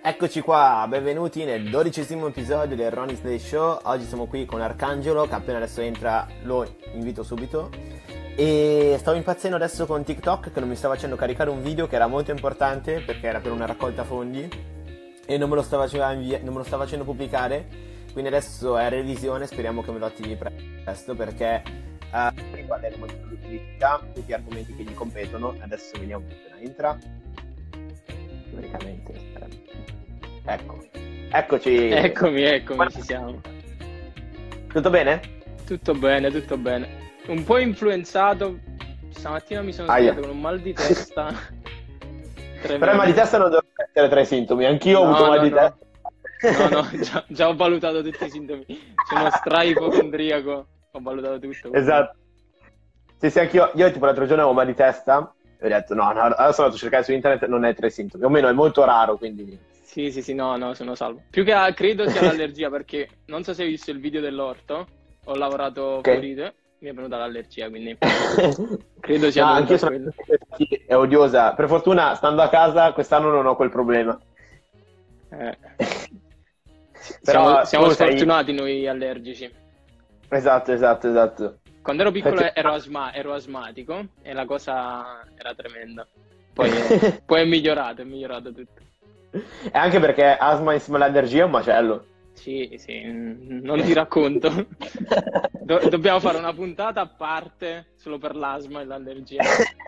Eccoci qua, benvenuti nel 12° episodio del Ronnie's Day Show. Oggi siamo qui con Arcangelo, che appena adesso entra lo invito subito. E stavo impazzendo adesso con TikTok, che non mi sta facendo caricare un video che era molto importante perché era per una raccolta fondi e non me lo sta facendo pubblicare. Quindi adesso è revisione, speriamo che me lo attivi presto perché riguarderemo di produttività, tutti gli argomenti che gli competono. Adesso vediamo appena entra. Teoricamente eccoci. Eccomi, ci siamo. Tutto bene? Tutto bene. Un po' influenzato. Stamattina mi sono svegliato con un mal di testa. Però il mal di testa non deve essere tra i sintomi. Anch'io ho avuto mal di testa. No, già ho valutato tutti i sintomi. Sono stra-ipocondriaco. Ho valutato tutto. Esatto. Sì, anch'io. Io tipo l'altro giorno avevo mal di testa e ho detto no, adesso ho andato a cercare su internet, non è tra i sintomi. O meno è molto raro, quindi... Sì, no, sono salvo. Più che credo sia l'allergia, perché non so se hai visto il video dell'orto. Ho lavorato fuori te, mi è venuta l'allergia, quindi credo sia anch'io sono è odiosa. Per fortuna, stando a casa, quest'anno non ho quel problema. Però siamo sfortunati noi allergici. Esatto. Quando ero piccolo ero asmatico e la cosa era tremenda. Poi è migliorato tutto. E anche perché asma insieme all'allergia è un macello. Sì, non ti racconto. Dobbiamo fare una puntata a parte solo per l'asma e l'allergia.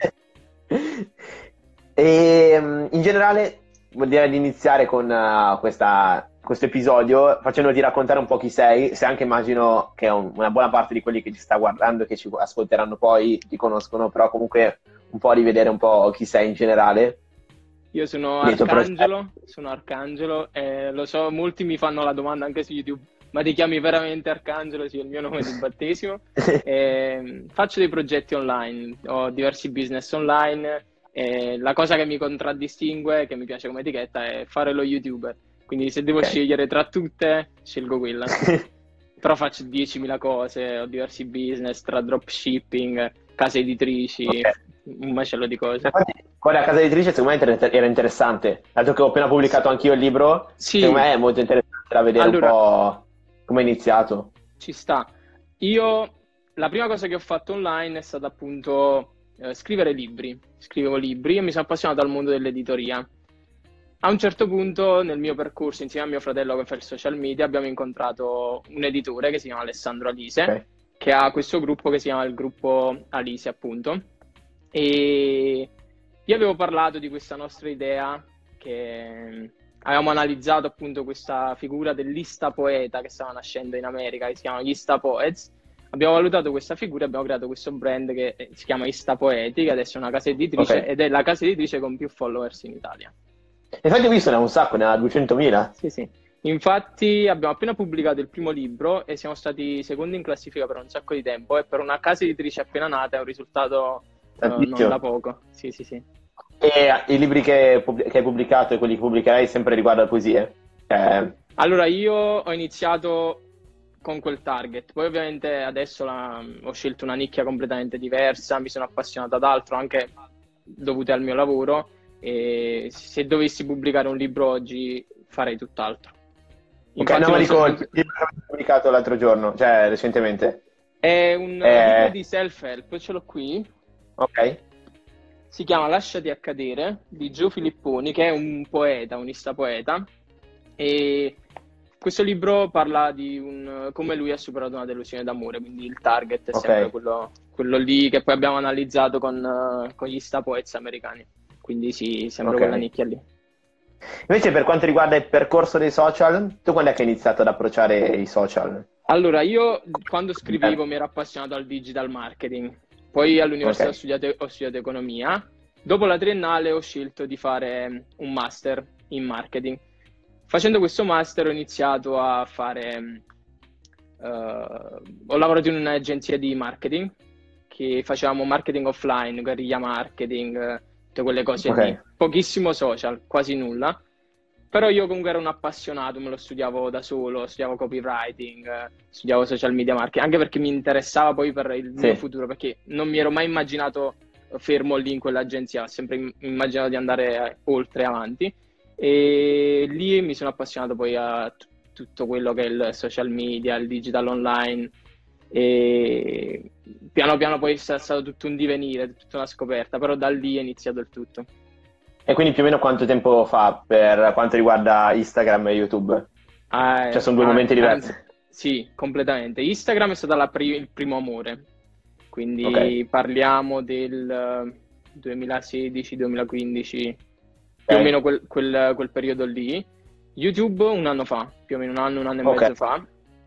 E in generale vuol dire di iniziare con questo episodio facendoti raccontare un po' chi sei, se anche immagino che una buona parte di quelli che ci sta guardando e che ci ascolteranno poi ti conoscono, però comunque un po' rivedere un po' chi sei in generale. Io sono Arcangelo, lo so, molti mi fanno la domanda anche su YouTube, ma ti chiami veramente Arcangelo? Sì, è il mio nome di battesimo. Faccio dei progetti online, ho diversi business online, la cosa che mi contraddistingue, che mi piace come etichetta, è fare lo YouTuber, quindi se devo scegliere tra tutte, scelgo quella. Però faccio 10.000 cose, ho diversi business, tra dropshipping, case editrici, un macello di cose. Infatti, quella casa editrice secondo me era interessante, dato che ho appena pubblicato anch'io il libro, secondo me è molto interessante da vedere un po' come è iniziato. Ci sta. La prima cosa che ho fatto online è stata appunto scrivere libri. Scrivevo libri e mi sono appassionato al mondo dell'editoria. A un certo punto nel mio percorso insieme a mio fratello che fa il social media abbiamo incontrato un editore che si chiama Alessandro Alise, che ha questo gruppo che si chiama il gruppo Alise appunto, e io avevo parlato di questa nostra idea, che avevamo analizzato appunto questa figura dell'Ista Poeta che stava nascendo in America, che si chiama gli Ista Poets. Abbiamo valutato questa figura e abbiamo creato questo brand che si chiama Ista Poeti, che adesso è una casa editrice ed è la casa editrice con più followers in Italia. Infatti ho visto ne ha un sacco, ne ha 200.000. Sì. Infatti abbiamo appena pubblicato il primo libro e siamo stati secondi in classifica per un sacco di tempo, e per una casa editrice appena nata è un risultato non da poco. Sì. E i libri che hai pubblicato e quelli che pubblicherai sempre riguardo a poesie? Allora, io ho iniziato con quel target, poi ovviamente adesso ho scelto una nicchia completamente diversa, mi sono appassionato ad altro anche dovute al mio lavoro, e se dovessi pubblicare un libro oggi farei tutt'altro. Infatti, non mi ricordo il libro che ho pubblicato l'altro giorno, cioè recentemente. È un libro di self-help, ce l'ho qui. Si chiama Lasciati accadere, di Gio Filipponi, che è un poeta, un ista poeta, e questo libro parla di come lui ha superato una delusione d'amore, quindi il target è sempre quello lì che poi abbiamo analizzato con gli ista poets americani, quindi sì, sembra quella nicchia lì. Invece per quanto riguarda il percorso dei social, tu quando è che hai iniziato ad approcciare i social? Allora, io quando scrivevo mi ero appassionato al digital marketing. Poi all'università ho studiato economia. Dopo la triennale ho scelto di fare un master in marketing. Facendo questo master ho iniziato a fare... ho lavorato in un'agenzia di marketing che facevamo marketing offline, guerriglia marketing, tutte quelle cose lì. Pochissimo social, quasi nulla. Però io comunque ero un appassionato, me lo studiavo da solo, studiavo copywriting, studiavo social media marketing, anche perché mi interessava poi per il mio futuro, perché non mi ero mai immaginato fermo lì in quell'agenzia, ho sempre immaginato di andare oltre, avanti. e lì mi sono appassionato poi a tutto quello che è il social media, il digital online, e piano piano poi è stato tutto un divenire, tutta una scoperta, però da lì è iniziato il tutto. E quindi più o meno quanto tempo fa per quanto riguarda Instagram e YouTube? Cioè sono due momenti diversi. Sì, completamente. Instagram è stato il primo amore, quindi Ok. parliamo del 2016-2015, più o meno quel periodo lì. YouTube un anno fa, più o meno un anno e Ok. mezzo fa.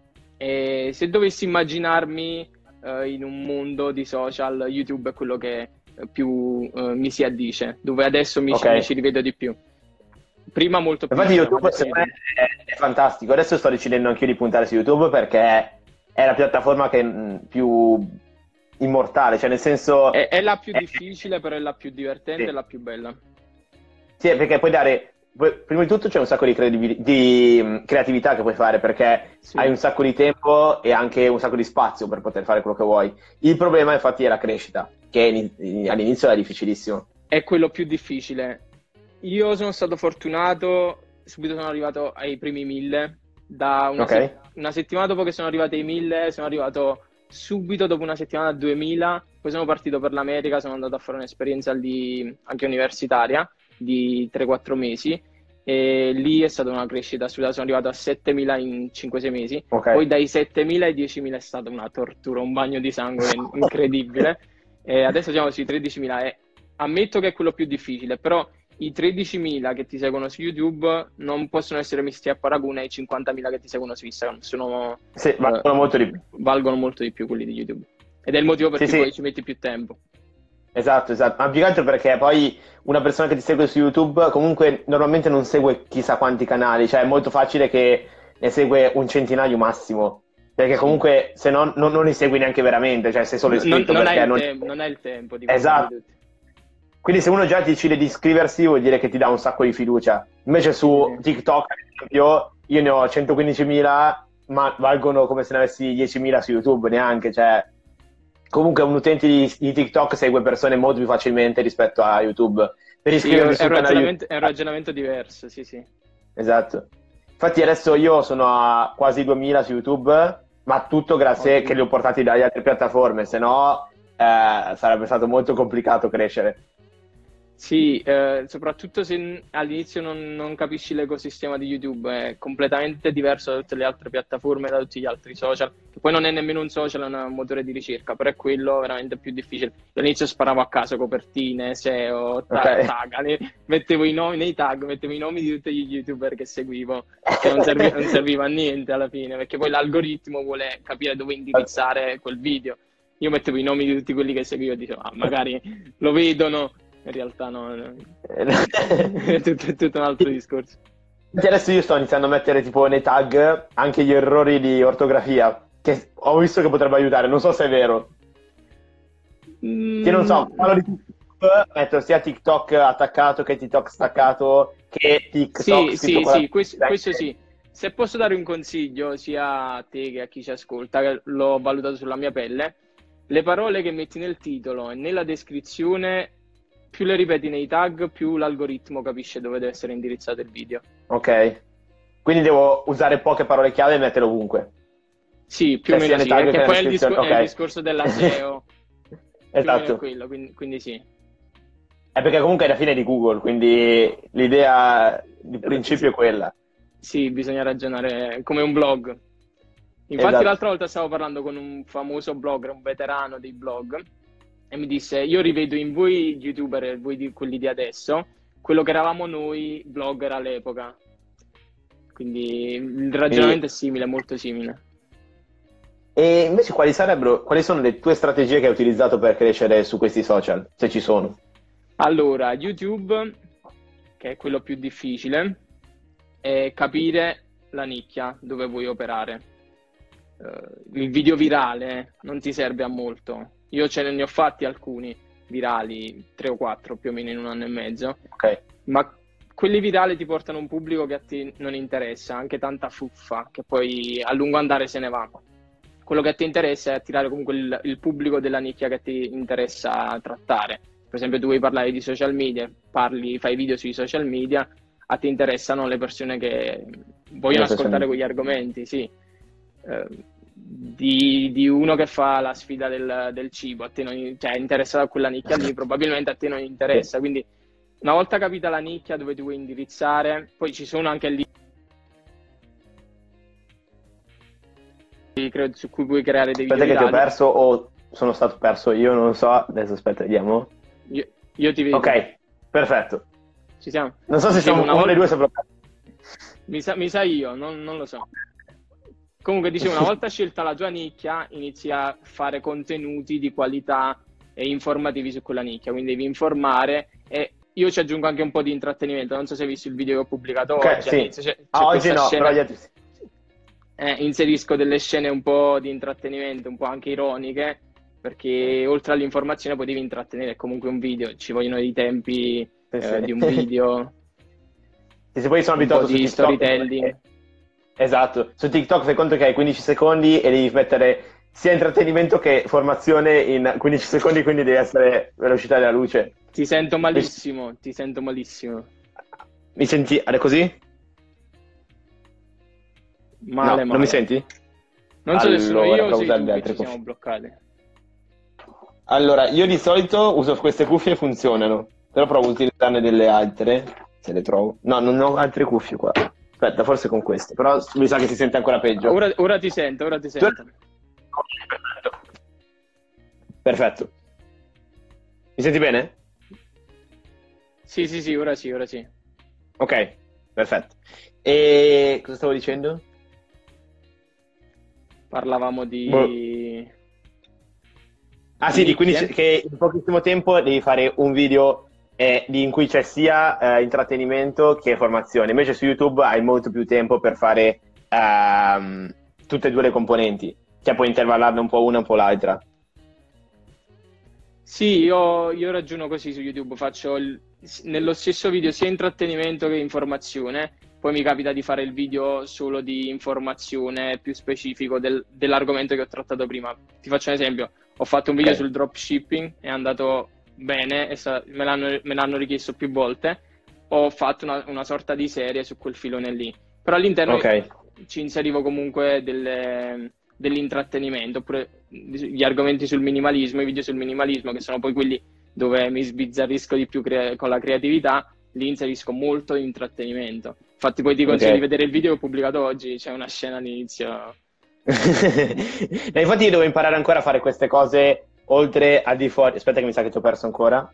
E se dovessi immaginarmi in un mondo di social, YouTube è quello che più mi si addice, dove adesso mi ci rivedo di più. Prima molto più. Infatti YouTube secondo me è fantastico. Adesso sto decidendo anch'io di puntare su YouTube perché è la piattaforma che più immortale, cioè nel senso... È la più difficile, però è la più divertente sì. e la più bella. Sì, perché puoi dare... Prima di tutto c'è un sacco di creatività che puoi fare perché Sì. hai un sacco di tempo e anche un sacco di spazio per poter fare quello che vuoi. Il problema infatti è la crescita, che all'inizio è difficilissimo. È quello più difficile. Io sono stato fortunato, subito sono arrivato ai primi 1000, da una settimana dopo che sono arrivati ai 1000, sono arrivato subito dopo una settimana a 2000, poi sono partito per l'America, sono andato a fare un'esperienza lì anche universitaria di 3-4 mesi e lì è stata una crescita assurda, sono arrivato a 7000 in 5-6 mesi, poi dai 7000 ai 10.000 è stata una tortura, un bagno di sangue incredibile e adesso siamo sui 13.000 e ammetto che è quello più difficile, però i 13.000 che ti seguono su YouTube non possono essere messi a paragone ai 50.000 che ti seguono su Instagram. Valgono molto di più. Valgono molto di più quelli di YouTube. Ed è il motivo per cui poi ci metti più tempo. Esatto. Ma più che altro perché poi una persona che ti segue su YouTube comunque normalmente non segue chissà quanti canali, cioè è molto facile che ne segue un centinaio massimo. Perché comunque se no non li segui neanche veramente, cioè sei solo iscritto non perché hai il tempo di esatto. tutti. Quindi se uno già decide di iscriversi vuol dire che ti dà un sacco di fiducia. Invece su TikTok, ad esempio, io ne ho 115.000, ma valgono come se ne avessi 10.000 su YouTube, neanche. Cioè, comunque un utente di TikTok segue persone molto più facilmente rispetto a YouTube. Per iscriverti sul canale è un ragionamento diverso, sì. Esatto. Infatti adesso io sono a quasi 2.000 su YouTube, ma tutto grazie che li ho portati dalle altre piattaforme, se no sarebbe stato molto complicato crescere. Sì, soprattutto se all'inizio non capisci l'ecosistema di YouTube, è completamente diverso da tutte le altre piattaforme, da tutti gli altri social, che poi non è nemmeno un social, è un motore di ricerca, però è quello veramente più difficile. Io all'inizio sparavo a caso copertine, SEO, tag, mettevo i nomi nei tag, mettevo i nomi di tutti gli YouTuber che seguivo, che non serviva a niente alla fine, perché poi l'algoritmo vuole capire dove indirizzare quel video. Io mettevo i nomi di tutti quelli che seguivo e dicevo, magari lo vedono. In realtà no, è tutto un altro discorso. Adesso io sto iniziando a mettere tipo nei tag anche gli errori di ortografia, che ho visto che potrebbe aiutare, non so se è vero. Che non so, parlo di TikTok, metto sia TikTok attaccato che TikTok staccato, che TikTok Sì, questo sì. Se posso dare un consiglio sia a te che a chi ci ascolta, che l'ho valutato sulla mia pelle, le parole che metti nel titolo e nella descrizione, più le ripeti nei tag, più l'algoritmo capisce dove deve essere indirizzato il video. Ok. Quindi devo usare poche parole chiave e metterle ovunque. Sì, più o meno sì, perché poi è il discorso della SEO. Esatto. Quello, quindi sì. È perché comunque è la fine di Google, quindi l'idea di principio è quella. Sì, bisogna ragionare come un blog. Infatti l'altra volta stavo parlando con un famoso blogger, un veterano dei blog, e mi disse, io rivedo in voi youtuber e voi quelli di adesso quello che eravamo noi blogger all'epoca, quindi il ragionamento è simile, molto simile. E invece quali sono le tue strategie che hai utilizzato per crescere su questi social, se ci sono? Allora, YouTube, che è quello più difficile, è capire la nicchia dove vuoi operare. Il video virale non ti serve a molto. Io ne ho fatti alcuni virali, 3 o 4 più o meno in un anno e mezzo, ma quelli virali ti portano un pubblico che a te non interessa, anche tanta fuffa, che poi a lungo andare se ne va. Quello che a te interessa è attirare comunque il pubblico della nicchia che ti interessa trattare. Per esempio tu vuoi parlare di social media, fai video sui social media, a te interessano le persone che vogliono ascoltare quegli argomenti, sì. Di uno che fa la sfida del cibo, a te non, cioè, è interessato a quella nicchia lì, probabilmente a te non interessa, quindi una volta capita la nicchia dove ti vuoi indirizzare, poi ci sono anche lì credo, su cui puoi creare dei video. Aspetta che ti ho perso o sono stato perso io, non lo so, adesso aspetta, vediamo. Io ti vedo. Ok, perfetto. Ci siamo? Non so se siamo uno dei due si è bloccato. Mi sa io, non lo so. Comunque dicevo, una volta scelta la tua nicchia, inizi a fare contenuti di qualità e informativi su quella nicchia, quindi devi informare e io ci aggiungo anche un po' di intrattenimento. Non so se hai visto il video che ho pubblicato oggi. Sì. C'è oggi no, scena, però gli altri sì. Inserisco delle scene un po' di intrattenimento, un po' anche ironiche, perché oltre all'informazione poi devi intrattenere, è comunque un video, ci vogliono i tempi di un video. Se poi sono abituato di storytelling. Esatto, su TikTok fai conto che hai 15 secondi e devi mettere sia intrattenimento che formazione in 15 secondi, quindi devi essere velocità della luce. Ti sento malissimo, ti sento malissimo. Mi senti così? Male. Non mi senti? Non so se sono io o sei tu che ci siamo bloccati. Allora, io di solito uso queste cuffie e funzionano, però provo a utilizzarne delle altre, se le trovo. No, non ho altre cuffie qua. Aspetta, forse con queste, però mi sa che si sente ancora peggio. Ora ti sento. Perfetto. Mi senti bene? Sì, ora sì. Ok, perfetto. E cosa stavo dicendo? Parlavamo di... quindi che in pochissimo tempo devi fare un video in cui c'è sia intrattenimento che formazione. Invece su YouTube hai molto più tempo per fare tutte e due le componenti. Cioè puoi intervallarne un po' una, un po' l'altra. Sì, io ragiono così su YouTube, faccio nello stesso video sia intrattenimento che informazione, poi mi capita di fare il video solo di informazione più specifico dell'argomento che ho trattato prima. Ti faccio un esempio, ho fatto un video sul dropshipping, è andato bene, me l'hanno richiesto più volte, ho fatto una sorta di serie su quel filone lì, però all'interno ci inserivo comunque dell'intrattenimento, oppure gli argomenti sul minimalismo, i video sul minimalismo, che sono poi quelli dove mi sbizzarrisco di più con la creatività, lì inserisco molto intrattenimento. Infatti poi ti consiglio di vedere il video che ho pubblicato oggi, c'è una scena all'inizio. Infatti io devo imparare ancora a fare queste cose oltre al di fuori. Aspetta che mi sa che ti ho perso ancora.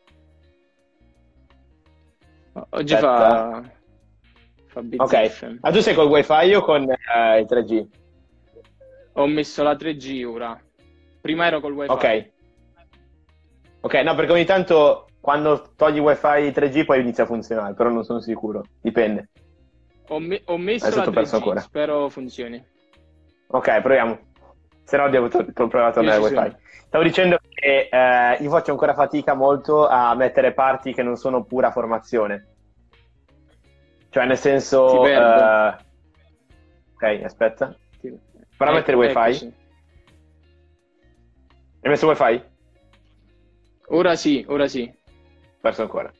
Oggi fa bizzeffe. Ok, tu sei col wifi o con il 3G? Ho messo la 3G ora. Prima ero col wifi. Ok, no, perché ogni tanto quando togli wifi 3G poi inizia a funzionare, però non sono sicuro, dipende. Ho messo la 3G, spero funzioni. Ok, proviamo. Se no devo provare a tornare al wifi. Stavo dicendo che io faccio ancora fatica molto a mettere parti che non sono pura formazione. Cioè nel senso... ok, aspetta. Prova a mettere il wifi. Eccoci. Hai messo il wifi? Ora sì. Perso ancora.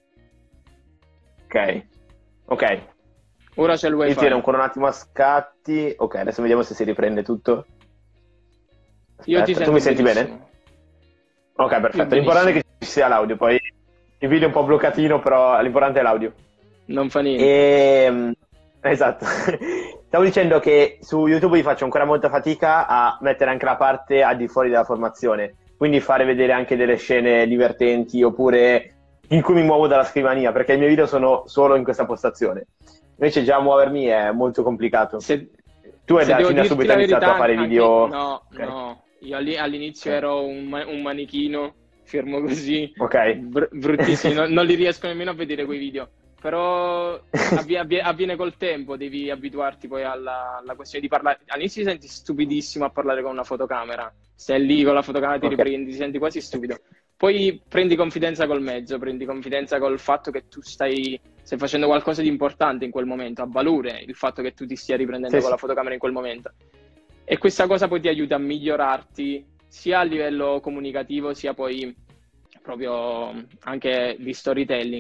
Ok. Ora c'è il wifi. Io tiro ancora un attimo a scatti. Ok, adesso vediamo se si riprende tutto. Aspetta, io ti sento. Tu mi senti bene? Ok, perfetto. L'importante è che ci sia l'audio. Poi il video è un po' bloccatino, però l'importante è l'audio. Non fa niente. Esatto. Stavo dicendo che su YouTube faccio ancora molta fatica a mettere anche la parte al di fuori della formazione. Quindi fare vedere anche delle scene divertenti oppure in cui mi muovo dalla scrivania, perché i miei video sono solo in questa postazione. Invece già muovermi è molto complicato. Tu hai fin da subito iniziato a fare video? No, io all'inizio ero un manichino, fermo così, bruttissimo, non li riesco nemmeno a vedere quei video. Però avviene col tempo, devi abituarti poi alla questione di parlare. All'inizio ti senti stupidissimo a parlare con una fotocamera, stai lì con la fotocamera, ti riprendi, ti senti quasi stupido. Poi prendi confidenza col mezzo, prendi confidenza col fatto che tu stai facendo qualcosa di importante in quel momento, ha valore il fatto che tu ti stia riprendendo con la fotocamera in quel momento. E questa cosa poi ti aiuta a migliorarti sia a livello comunicativo, sia poi proprio anche di storytelling.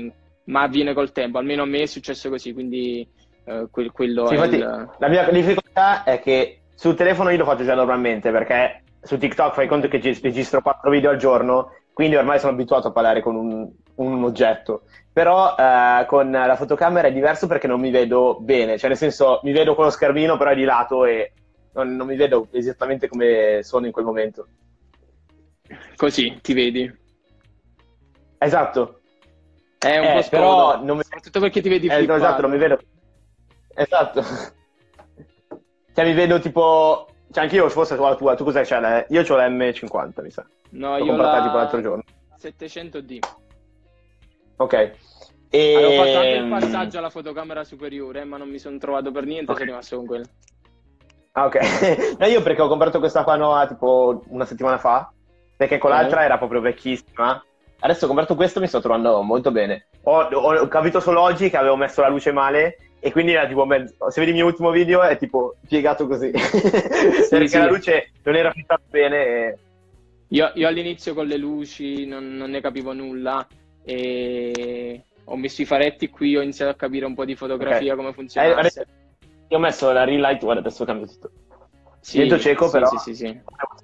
ma avviene col tempo, almeno a me è successo così, quindi quello Sì, è infatti, il... la mia difficoltà è che sul telefono io lo faccio già normalmente, perché su TikTok fai conto che registro 4 video al giorno, quindi ormai sono abituato a parlare con un oggetto. Però con la fotocamera è diverso perché non mi vedo bene, cioè nel senso mi vedo con lo schermino però è di lato e non mi vedo esattamente come sono in quel momento. Così, ti vedi. Esatto, È un po' però scomodo, non mi... soprattutto perché ti vedi no, esatto, non mi flippato. vedo. Esatto. Cioè mi vedo tipo... Cioè anche io forse la tua, tu cos'hai? C'è io ho la M50 mi sa. No, L'ho io comprata tipo la l'altro giorno. 700D. Ok. Avevo fatto anche il E... passaggio alla fotocamera superiore, ma non mi sono trovato per niente, ok. sono rimasto con quella. Ah, ok. No, io perché ho comprato questa qua nuova tipo una settimana fa, perché con Ok? l'altra era proprio vecchissima. Adesso ho comprato questo e mi sto trovando molto bene. Ho capito solo oggi che avevo messo la luce male e quindi era tipo se vedi il mio ultimo video è tipo piegato così. Sì, Perché la sì. luce non era fittata bene e... Io all'inizio con le luci non ne capivo nulla e ho messo i faretti qui, ho iniziato a capire un po' di Ok. fotografia, come Adesso funzionasse. io ho messo la ring light, guarda, adesso cambio tutto. Divento Sì, cieco, sì, però... sì, sì, sì.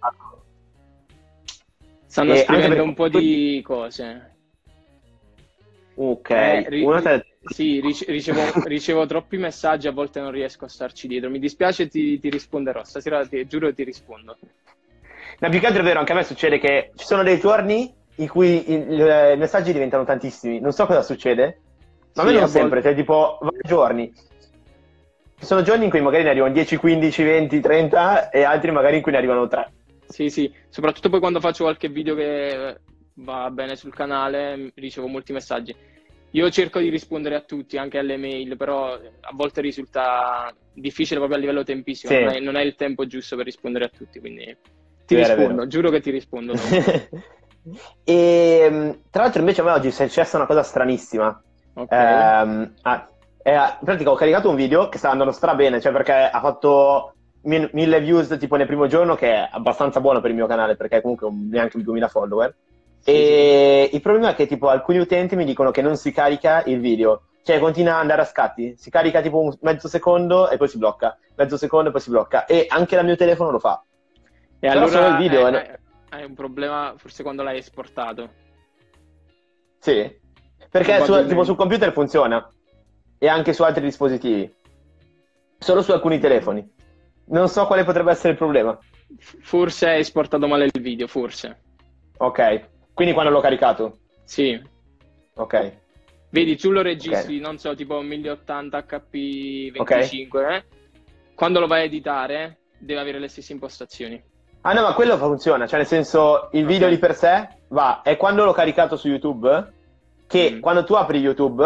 Stanno E anche scrivendo perché... un po' di cose. Ok, Eh, una te... sì, ricevo troppi messaggi, a volte non riesco a starci dietro. Mi dispiace, ti risponderò. Stasera giuro ti rispondo. No, più che altro è vero, anche a me succede che ci sono dei giorni in cui i messaggi diventano tantissimi. Non so cosa succede, ma a me Sì, non a sempre, volte. cioè tipo vari giorni. Ci sono giorni in cui magari ne arrivano 10, 15, 20, 30 e altri magari in cui ne arrivano 3. Sì, sì, soprattutto poi quando faccio qualche video che va bene sul canale, ricevo molti messaggi. Io cerco di rispondere a tutti, anche alle mail, però a volte risulta difficile proprio a livello tempistico, Sì, non è il tempo giusto per rispondere a tutti, quindi ti è rispondo, vero. giuro che ti rispondo dopo. E tra l'altro invece a me oggi è successa una cosa stranissima. Ok? In pratica ho caricato un video che sta andando stra bene, cioè perché ha fatto 1000 views tipo nel primo giorno, che è abbastanza buono per il mio canale perché comunque ho neanche 2000 follower. Sì, sì. E il problema è che tipo alcuni utenti mi dicono che non si carica il video, cioè continua ad andare a scatti, si carica tipo un mezzo secondo e poi si blocca, mezzo secondo e poi si blocca, e anche dal mio telefono lo fa. E Però solo il allora video, hai un problema forse quando l'hai esportato, sì, perché tipo sul probabilmente. computer funziona e anche su altri dispositivi, solo su alcuni telefoni. Non so quale potrebbe essere il problema. Forse hai esportato male il video, forse. Ok, quindi quando l'ho caricato? Sì. Ok, Vedi, tu lo ok, registri, non so, tipo 1080 ok. HP25, eh? Quando lo vai a editare, deve avere le stesse impostazioni. Ah no, ma quello funziona, cioè nel senso il video di Ok? per sé va, è quando l'ho caricato su YouTube, che Mm. quando tu apri YouTube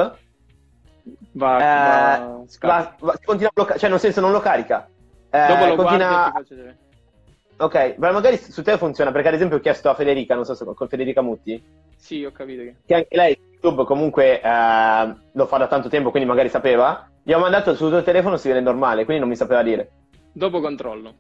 Scappa. continua a bloccare, cioè nel senso non lo carica. Dopo lo guardi e Continua... ti faccio vedere. Ok, ma magari su te funziona, perché ad esempio ho chiesto a Federica, non so se con Federica Mutti, Sì, ho capito che... che anche lei YouTube comunque lo fa da tanto tempo, quindi magari sapeva, gli ho mandato sul tuo telefono, si vede normale, quindi non mi sapeva dire. Dopo controllo.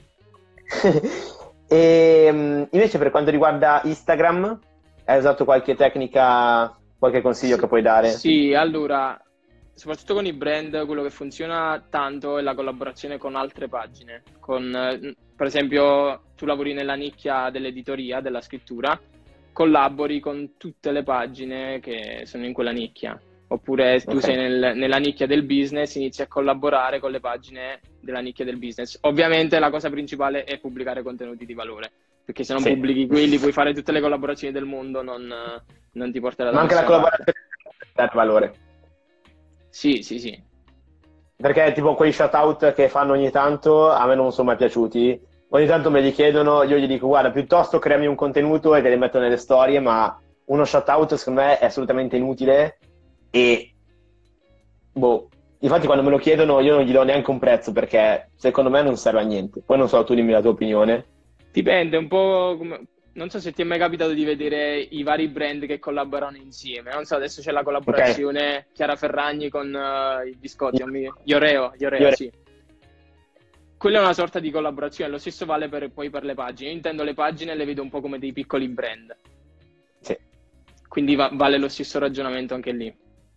E invece per quanto riguarda Instagram, hai usato qualche tecnica, qualche consiglio che puoi dare? Sì, allora, soprattutto con i brand, quello che funziona tanto è la collaborazione con altre pagine. Per esempio, tu lavori nella nicchia dell'editoria, della scrittura, collabori con tutte le pagine che sono in quella nicchia. Oppure tu Ok, sei nella nicchia del business, inizi a collaborare con le pagine della nicchia del business. Ovviamente la cosa principale è pubblicare contenuti di valore, perché se non sì. pubblichi quelli puoi fare tutte le collaborazioni del mondo, non ti porterà da Ma anche la nessuna parte. collaborazione dà valore. Sì, sì, sì. Perché tipo quei shoutout che fanno ogni tanto a me non sono mai piaciuti. Ogni tanto me li chiedono, io gli dico guarda, piuttosto creami un contenuto e te li metto nelle storie, ma uno shoutout secondo me è assolutamente inutile e boh, infatti quando me lo chiedono io non gli do neanche un prezzo perché secondo me non serve a niente. Poi non so, tu dimmi la tua opinione. Dipende un po' come... Non so se ti è mai capitato di vedere i vari brand che collaborano insieme. Non so, adesso c'è la Ok? collaborazione Chiara Ferragni con i biscotti, gli Oreo, Io sì. Quella è una sorta di collaborazione, lo stesso vale poi per le pagine. Io intendo le pagine e le vedo un po' come dei piccoli brand. sì. Quindi vale lo stesso ragionamento anche lì.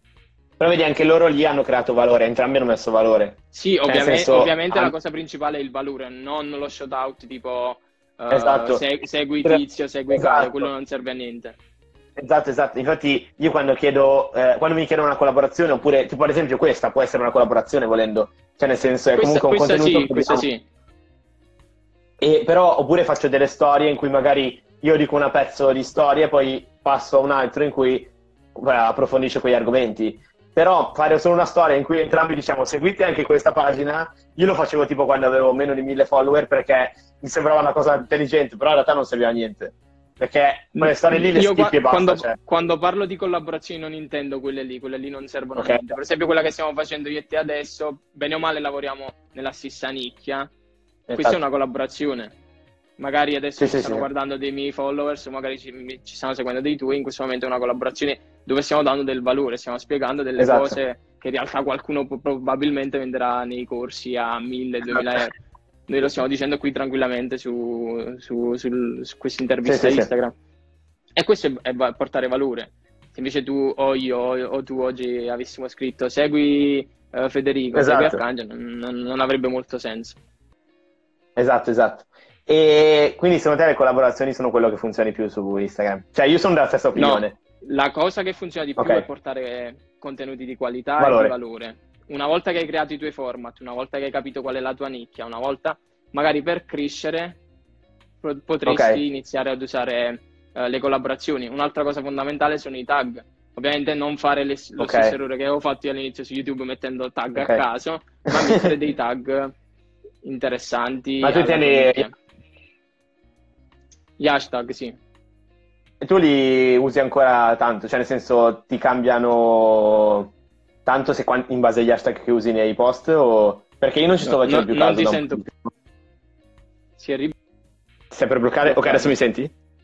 Però vedi, anche loro lì hanno creato valore, entrambi hanno messo valore. Sì, Cioè, nel senso, ovviamente la cosa principale è il valore, non lo shout out tipo esatto. segui Tizio, segui Caio, Esatto. quello non serve a niente. Esatto, esatto. Infatti io quando chiedo, quando mi chiedono una collaborazione, oppure tipo ad esempio questa può essere una collaborazione volendo, cioè nel senso è comunque un contenuto che questa diciamo- sì. E però oppure faccio delle storie in cui magari io dico una pezzo di storia e poi passo a un altro in cui approfondisce quegli argomenti. Però fare solo una storia in cui entrambi diciamo seguite anche questa pagina, io lo facevo tipo quando avevo meno di 1000 follower perché mi sembrava una cosa intelligente, però in realtà non serviva a niente. Perché quelle storie lì le Io skippi e basta. quando parlo di collaborazioni non intendo quelle lì non servono Ok. a niente. Per esempio quella che stiamo facendo io e te adesso, bene o male lavoriamo nella stessa nicchia, questa Esatto. è una collaborazione. Magari adesso Sì, ci sì, stanno sì. guardando dei miei followers, o magari ci stanno seguendo dei tuoi, in questo momento è una collaborazione dove stiamo dando del valore, stiamo spiegando delle Esatto. cose che in realtà qualcuno probabilmente venderà nei corsi a 1000-2000 euro. Noi lo stiamo dicendo qui tranquillamente su questa intervista Sì, sì, sì. Instagram. E questo è portare valore. Se invece tu o io o tu oggi avessimo scritto segui Federico, segui Esatto. Arcangelo, non avrebbe molto senso. Esatto, esatto. E quindi secondo te le collaborazioni sono quello che funziona di più su Instagram? Cioè io sono della stessa opinione. No, la cosa che funziona di più Ok. è portare contenuti di qualità e Valore. di valore. Una volta che hai creato i tuoi format, una volta che hai capito qual è la tua nicchia, una volta magari per crescere potresti Ok. iniziare ad usare le collaborazioni. Un'altra cosa fondamentale sono i tag. Ovviamente non fare lo Ok. stesso errore che avevo fatto io all'inizio su YouTube mettendo tag Ok. a caso, ma mettere dei tag interessanti Ma tu alla tua intendi- nicchia. Gli hashtag, sì. E tu li usi ancora tanto? Cioè nel senso ti cambiano tanto in base agli hashtag che usi nei post? O... Perché io non ci sto facendo più non caso. ti da un sento po' più. Si è Ti stai per bloccare? Ok, bloccato. adesso mi senti?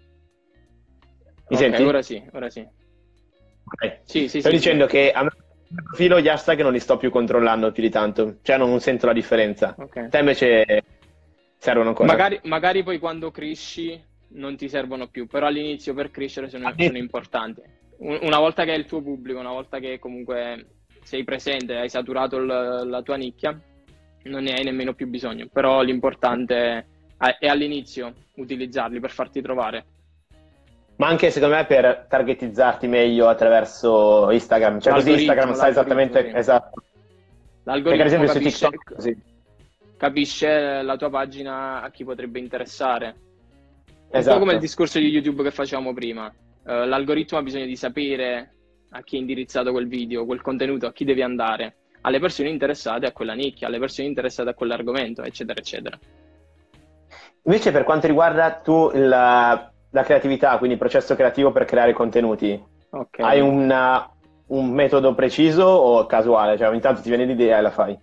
Mi Ok, senti? ora sì. Ok. Sì, Sto dicendo che a me nel profilo gli hashtag non li sto più controllando più di tanto, cioè non sento la differenza. Ok. Te invece servono ancora? Magari poi quando cresci non ti servono più, però all'inizio per crescere sono importanti. Una volta che è il tuo pubblico, una volta che comunque sei presente, hai saturato la tua nicchia, non ne hai nemmeno più bisogno, però l'importante è all'inizio utilizzarli per farti trovare. Ma anche secondo me per targetizzarti meglio attraverso Instagram, cioè così Instagram sa esattamente, sì. esatto. Perché ad L'algoritmo esempio su TikTok così. capisce la tua pagina a chi potrebbe interessare. Un Esatto. po' come il discorso di YouTube che facevamo prima. L'algoritmo ha bisogno di sapere a chi è indirizzato quel video, quel contenuto, a chi deve andare, alle persone interessate a quella nicchia, alle persone interessate a quell'argomento, eccetera, eccetera. Invece per quanto riguarda tu la creatività, quindi il processo creativo per creare contenuti, Ok. hai un metodo preciso o casuale? Cioè ogni tanto ti viene l'idea e la fai?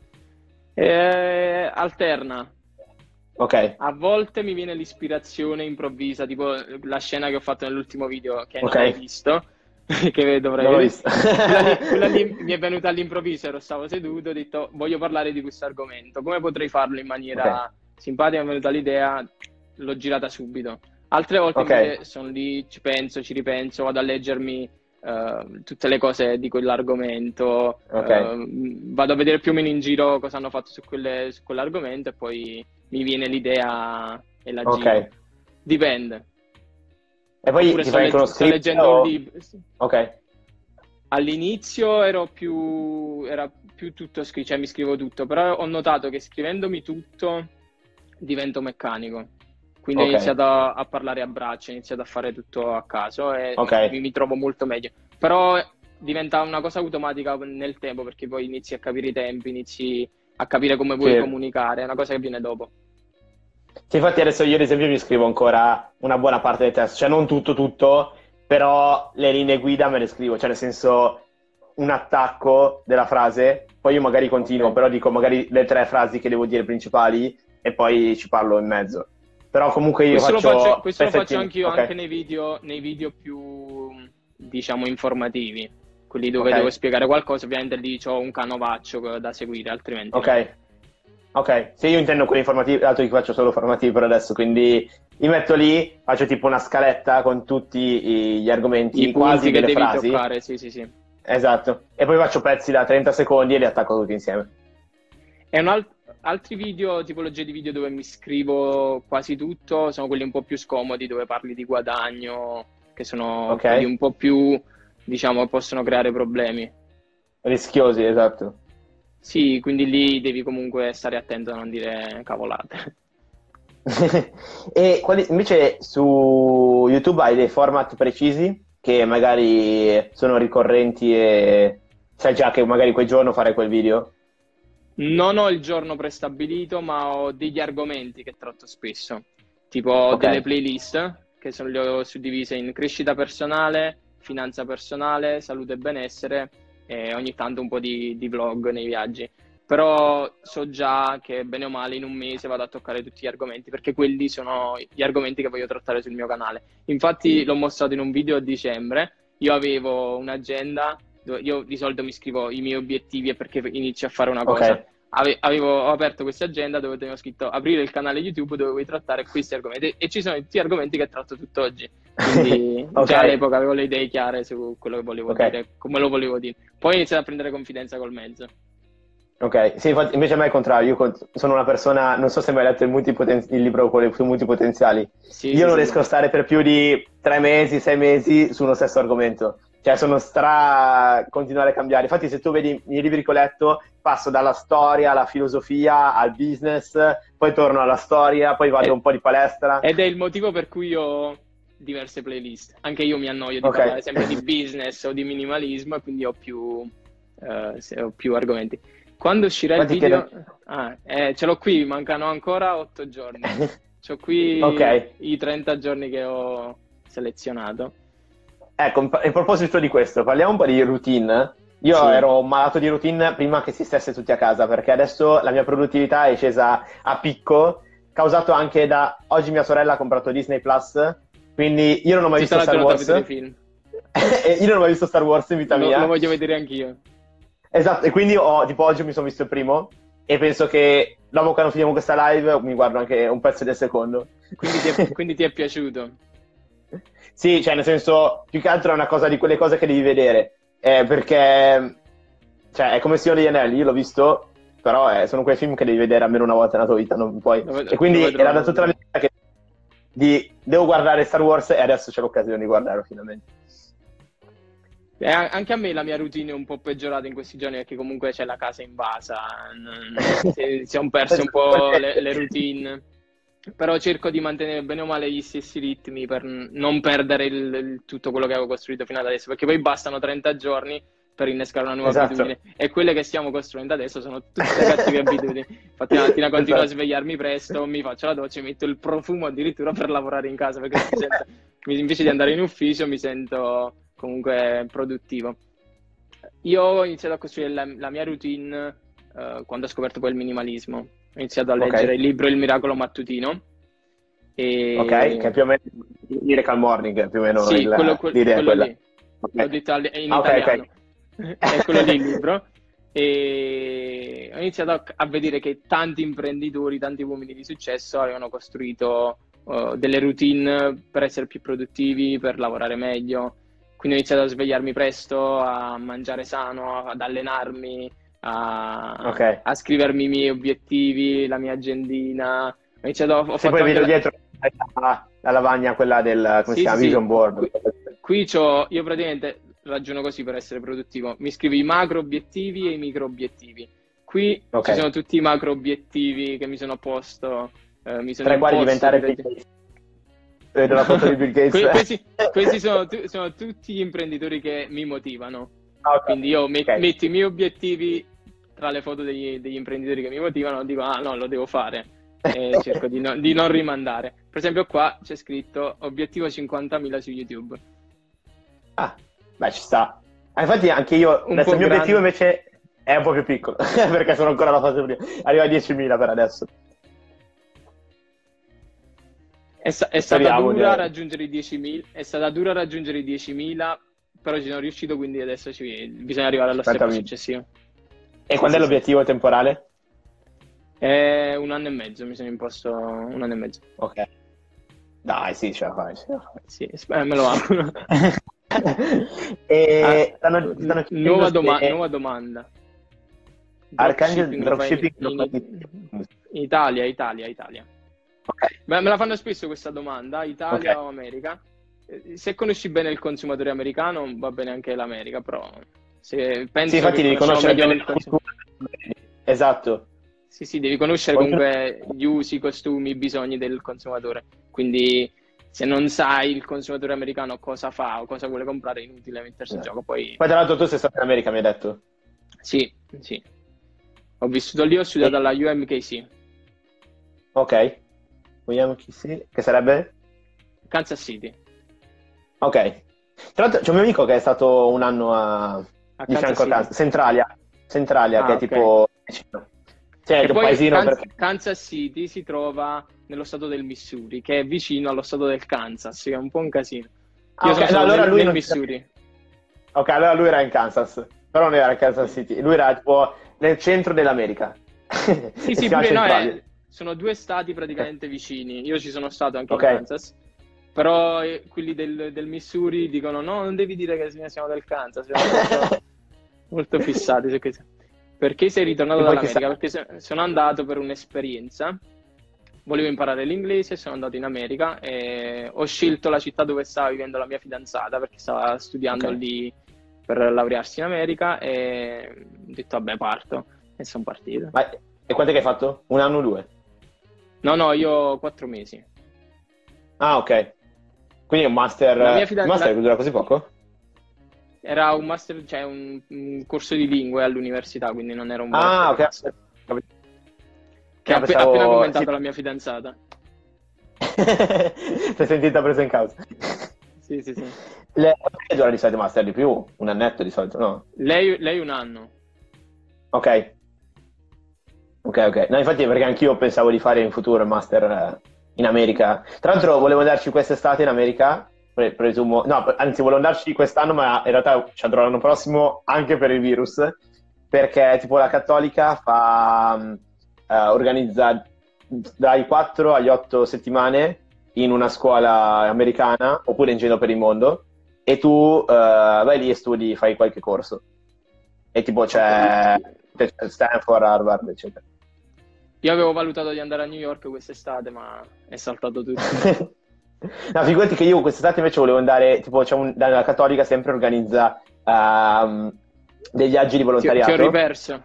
Alterna. Ok. A volte mi viene l'ispirazione improvvisa, tipo la scena che ho fatto nell'ultimo video che Ok. non hai visto, che dovrei Non l'ho vedere. visto. Quella lì mi è venuta all'improvviso, stavo seduto, ho detto voglio parlare di questo argomento, come potrei farlo in maniera simpatica, mi è venuta l'idea, l'ho girata subito. Altre volte invece sono lì, ci penso, ci ripenso, vado a leggermi tutte le cose di quell'argomento, vado a vedere più o meno in giro cosa hanno fatto su quell'argomento e poi mi viene l'idea e la giro. Dipende. E poi Oppure ti fai anche uno sto script leggendo un libro. Ok. All'inizio era più tutto scritto, cioè mi scrivo tutto, però ho notato che scrivendomi tutto divento meccanico. Quindi ho iniziato a parlare a braccio, ho iniziato a fare tutto a caso e mi trovo molto meglio. Però diventa una cosa automatica nel tempo, perché poi inizi a capire i tempi, inizi a capire come vuoi comunicare, è una cosa che viene dopo. Sì, infatti adesso io ad esempio mi scrivo ancora una buona parte del testo, cioè non tutto, però le linee guida me le scrivo, cioè nel senso un attacco della frase, poi io magari continuo, però dico magari le 3 frasi che devo dire principali e poi ci parlo in mezzo. Però comunque io questo faccio lo faccio anch'io anche nei video più, diciamo, informativi, quelli dove devo spiegare qualcosa, ovviamente lì ho un canovaccio da seguire, altrimenti Ok, se io intendo quelli informativi, l'altro che faccio solo formativi per adesso, quindi mi metto lì, faccio tipo una scaletta con tutti gli argomenti, i punti quasi che delle devi frasi. toccare, sì. Esatto. E poi faccio pezzi da 30 secondi e li attacco tutti insieme. E altri video, tipologie di video dove mi scrivo quasi tutto, sono quelli un po' più scomodi, dove parli di guadagno, che sono quelli un po' più, diciamo, possono creare problemi. Rischiosi, esatto. Sì, quindi lì devi comunque stare attento a non dire cavolate. E invece su YouTube hai dei format precisi che magari sono ricorrenti e sai già che magari quel giorno fare quel video? Non ho il giorno prestabilito, ma ho degli argomenti che tratto spesso, tipo delle playlist che le ho suddivise in crescita personale, finanza personale, salute e benessere e ogni tanto un po' di vlog nei viaggi. Però so già che bene o male in un mese vado a toccare tutti gli argomenti, perché quelli sono gli argomenti che voglio trattare sul mio canale. Infatti l'ho mostrato in un video a dicembre, io avevo un'agenda, io di solito mi scrivo i miei obiettivi e perché inizio a fare una cosa. Ho aperto questa agenda dove tenevo scritto aprire il canale YouTube dove vuoi trattare questi argomenti e ci sono tutti gli argomenti che tratto tutt'oggi. Quindi già all'epoca avevo le idee chiare su quello che volevo dire, come lo volevo dire. Poi ho iniziato a prendere confidenza col mezzo. Ok, sì, infatti, invece a me è il contrario, io sono una persona, non so se hai mai letto il libro sui multipotenziali, io non riesco a stare per più di 3 mesi, 6 mesi su uno stesso argomento, cioè sono continuare a cambiare, infatti se tu vedi i miei libri che ho letto, passo dalla storia alla filosofia, al business, poi torno alla storia, poi vado un po' di palestra. Ed è il motivo per cui ho diverse playlist, anche io mi annoio di parlare sempre di business o di minimalismo e quindi ho più argomenti. Quando uscirà il video? Ce l'ho qui, mancano ancora 8 giorni. C'ho qui i 30 giorni che ho selezionato. Ecco, a proposito di questo, parliamo un po' di routine. Io ero malato di routine prima che si stesse tutti a casa, perché adesso la mia produttività è scesa a picco, causato anche da... Oggi mia sorella ha comprato Disney Plus, quindi io non ho mai visto Star Wars. Io non ho mai visto Star Wars in vita mia. Lo voglio vedere anch'io. Esatto, e quindi tipo oggi mi sono visto il primo e penso che dopo quando finiamo questa live mi guardo anche un pezzo del secondo. Quindi ti è piaciuto? Sì, cioè nel senso, più che altro è una cosa di quelle cose che devi vedere, perché cioè, è come Signore degli Anelli, io l'ho visto, però sono quei film che devi vedere almeno una volta nella tua vita, non puoi. E quindi era da tutta la mia vita che devo guardare Star Wars e adesso c'è l'occasione di guardarlo finalmente. Anche a me la mia routine è un po' peggiorata in questi giorni perché comunque c'è la casa invasa, si sono perse un po' le routine, però cerco di mantenere bene o male gli stessi ritmi per non perdere tutto quello che avevo costruito fino ad adesso, perché poi bastano 30 giorni per innescare una nuova abitudine e quelle che stiamo costruendo adesso sono tutte cattive abitudini. Infatti la mattina continuo a svegliarmi presto, mi faccio la doccia e metto il profumo addirittura per lavorare in casa, perché invece di andare in ufficio mi sento comunque produttivo. Io ho iniziato a costruire la mia routine quando ho scoperto poi il minimalismo. Ho iniziato a leggere il libro Il miracolo mattutino. Che è più o meno Miracle Morning, più o meno sì, l'idea è quella. Lì. L'ho detto in italiano. È quello lì il libro. E ho iniziato a vedere che tanti imprenditori, tanti uomini di successo avevano costruito delle routine per essere più produttivi, per lavorare meglio. Quindi ho iniziato a svegliarmi presto, a mangiare sano, ad allenarmi, a scrivermi i miei obiettivi, la mia agendina. Poi vedo dietro la lavagna, quella del come si chiama? Vision board. Qui io praticamente ragiono così per essere produttivo. Mi scrivo i macro obiettivi e i micro obiettivi. Qui ci sono tutti i macro obiettivi che mi sono posto. Tra i quali diventare Bill Gates. Vedo la foto di Bill Gates. Questi sono tutti gli imprenditori che mi motivano. Quindi io metto i miei obiettivi tra le foto degli imprenditori che mi motivano, dico no, lo devo fare e cerco di non rimandare. Per esempio qua c'è scritto obiettivo 50.000 su YouTube. Beh, ci sta. Infatti anche io, adesso il mio obiettivo invece è un po' più piccolo, perché sono ancora alla fase prima. Arriva a 10.000 per adesso. È stata dura raggiungere i 10.000, è stata dura raggiungere i 10.000, però ci sono riuscito, quindi adesso bisogna arrivare allo step successivo. E quando è l'obiettivo temporale? È 1 anno e mezzo, mi sono imposto 1 anno e mezzo. Ok. Dai, sì, ce la fai. Sì, me lo auguro. E stanno chiedendo Nuova domanda. Arcangel Dropshipping lo fai dropshipping. in Italia. Ok. Me la fanno spesso questa domanda, Italia Ok. o America? Se conosci bene il consumatore americano, va bene anche l'America, però se Sì, penso infatti che devi conosciamo conoscere meglio bene il la consumatore. cultura. Esatto. Sì, devi conoscere Ognuno- comunque gli usi, i costumi, i bisogni del consumatore. Quindi se non sai il consumatore americano cosa fa o cosa vuole comprare, è inutile mettersi in gioco. Poi Poi tra l'altro tu sei stato in America, mi hai detto. sì. Ho vissuto lì, ho studiato alla UMKC, Ok. Vogliamo chi sì? Che sarebbe? Kansas City. Ok. Tra l'altro c'è un mio amico che è stato un anno A di Kansas fianco a City. casa, Centralia, che Ah, è ok. tipo vicino. Sì, Che è un poi paesino perché... Kansas City si trova nello stato del Missouri, che è vicino allo stato del Kansas, che è un po' un casino. Ah, Io sono ok, no, stato allora lui nel non... Missouri. Ok, allora lui era in Kansas, però non era in Kansas Sì. City, lui era tipo nel centro dell'America. Sì, E si sì, chiama pure no, Centralia. sono due stati Ok. praticamente vicini. Io ci sono stato anche in Ok. Kansas, però quelli del Missouri dicono no, non devi dire che siamo del Kansas, siamo molto fissati su questo. Perché sei ritornato E poi chissà... dall'America? Perché sono andato per un'esperienza, volevo imparare l'inglese, sono andato in America e ho scelto la città dove stava vivendo la mia fidanzata perché stava Ok. studiando lì per laurearsi in America e ho detto vabbè parto e sono partito. E quanto che hai fatto? Un anno o due? No, io ho 4 mesi. Ah, ok. Quindi è un La mia master... Il master fidanzata dura così poco? era un master, cioè un corso di lingue all'università, quindi non era un vero e Ah, proprio ok. master. Capito. Che ha No, appena pensavo... Sì. commentato la mia fidanzata. Si è sentita presa in causa. Sì. Quanto che dura di solito il master? Di più? Un annetto di solito, no? Lei un anno. Ok. Ok. No, infatti perché anch'io pensavo di fare in futuro il master in America. Tra l'altro volevo andarci quest'estate in America, presumo... No, anzi volevo andarci quest'anno, ma in realtà ci andrò l'anno prossimo anche per il virus, perché tipo la Cattolica organizza dai 4 agli 8 settimane in una scuola americana, oppure in giro per il mondo, e tu vai lì e studi, fai qualche corso. E tipo Ok. c'è Stanford, Harvard, eccetera. Io avevo valutato di andare a New York quest'estate, ma è saltato tutto. No, figurati che io quest'estate invece volevo andare, tipo, la Cattolica sempre organizza dei viaggi di Ti ho volontariato. riperso.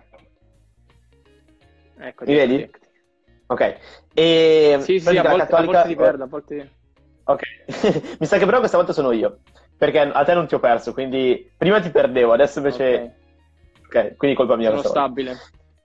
Mi Eccoti. vedi? Ok. E Sì, pratica la a volte Cattolica... ti perdo, a volte... Ok. Mi sa che però questa volta sono io, perché a te non ti ho perso, quindi prima ti perdevo, adesso Ok, invece... Ok, quindi colpa mia sono questa volta. stabile.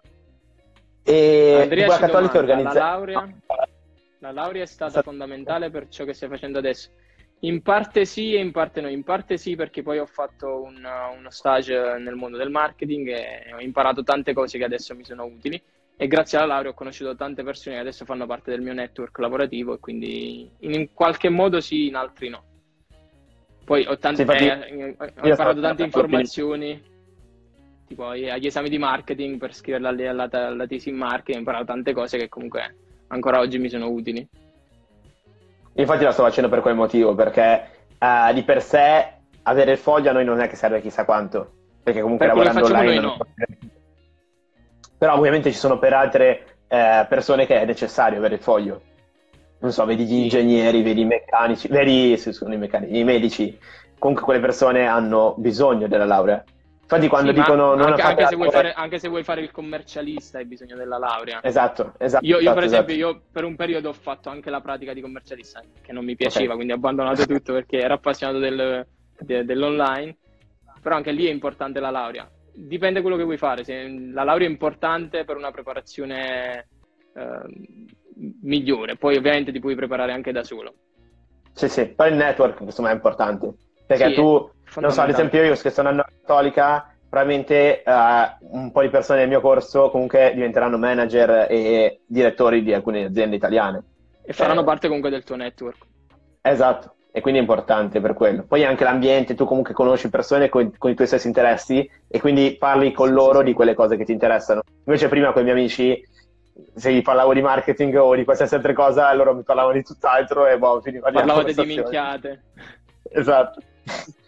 E Andrea tipo la ci Cattolica domanda, organizza... la laurea è stata fondamentale per ciò che stai facendo adesso? In parte sì e in parte no. In parte sì perché poi ho fatto uno stage nel mondo del marketing e ho imparato tante cose che adesso mi sono utili e grazie alla laurea ho conosciuto tante persone che adesso fanno parte del mio network lavorativo e quindi in qualche modo sì, in altri no. Poi Sì, infatti ho io sono imparato tante informazioni, tipo agli esami di marketing per scrivere la tesi in marketing, ho imparato tante cose che comunque ancora oggi mi sono utili. Infatti la sto facendo per quel motivo, perché di per sé avere il foglio a noi non è che serve chissà quanto, perché comunque Per quello che lavorando facciamo noi online non... no. Però ovviamente ci sono per altre persone che è necessario avere il foglio. Non so, vedi gli Sì, ingegneri, vedi i meccanici, vedi, sì, sono i meccanici, i medici. Comunque quelle persone hanno bisogno della laurea. Infatti quando sì, ma dicono non fate anche la se vuoi laurea... fare, anche se vuoi fare il commercialista hai bisogno della laurea. Esatto, Io, per esempio, esatto. io per un periodo ho fatto anche la pratica di commercialista, che non mi Ok. piaceva, quindi ho abbandonato tutto perché ero appassionato dell'online, però anche lì è importante la laurea. Dipende quello che vuoi fare, se la laurea è importante per una preparazione migliore, poi ovviamente ti puoi preparare anche da solo. Sì. Poi il network, insomma, è importante. Perché Sì, è tu, non so, ad fondamentale. esempio io che sono andando a Cattolica, probabilmente un po' di persone del mio corso comunque diventeranno manager e direttori di alcune aziende italiane. E faranno Cioè, parte comunque del tuo network. esatto, e quindi è importante per quello. Poi anche l'ambiente, tu comunque conosci persone con i tuoi stessi interessi e quindi parli con loro Sì. di quelle cose che ti interessano. Invece prima con i miei amici, se gli parlavo di marketing o di qualsiasi altra cosa, loro mi parlavano di tutt'altro e boh, finiva lì la Parlavate di conversazione. minchiate. Esatto.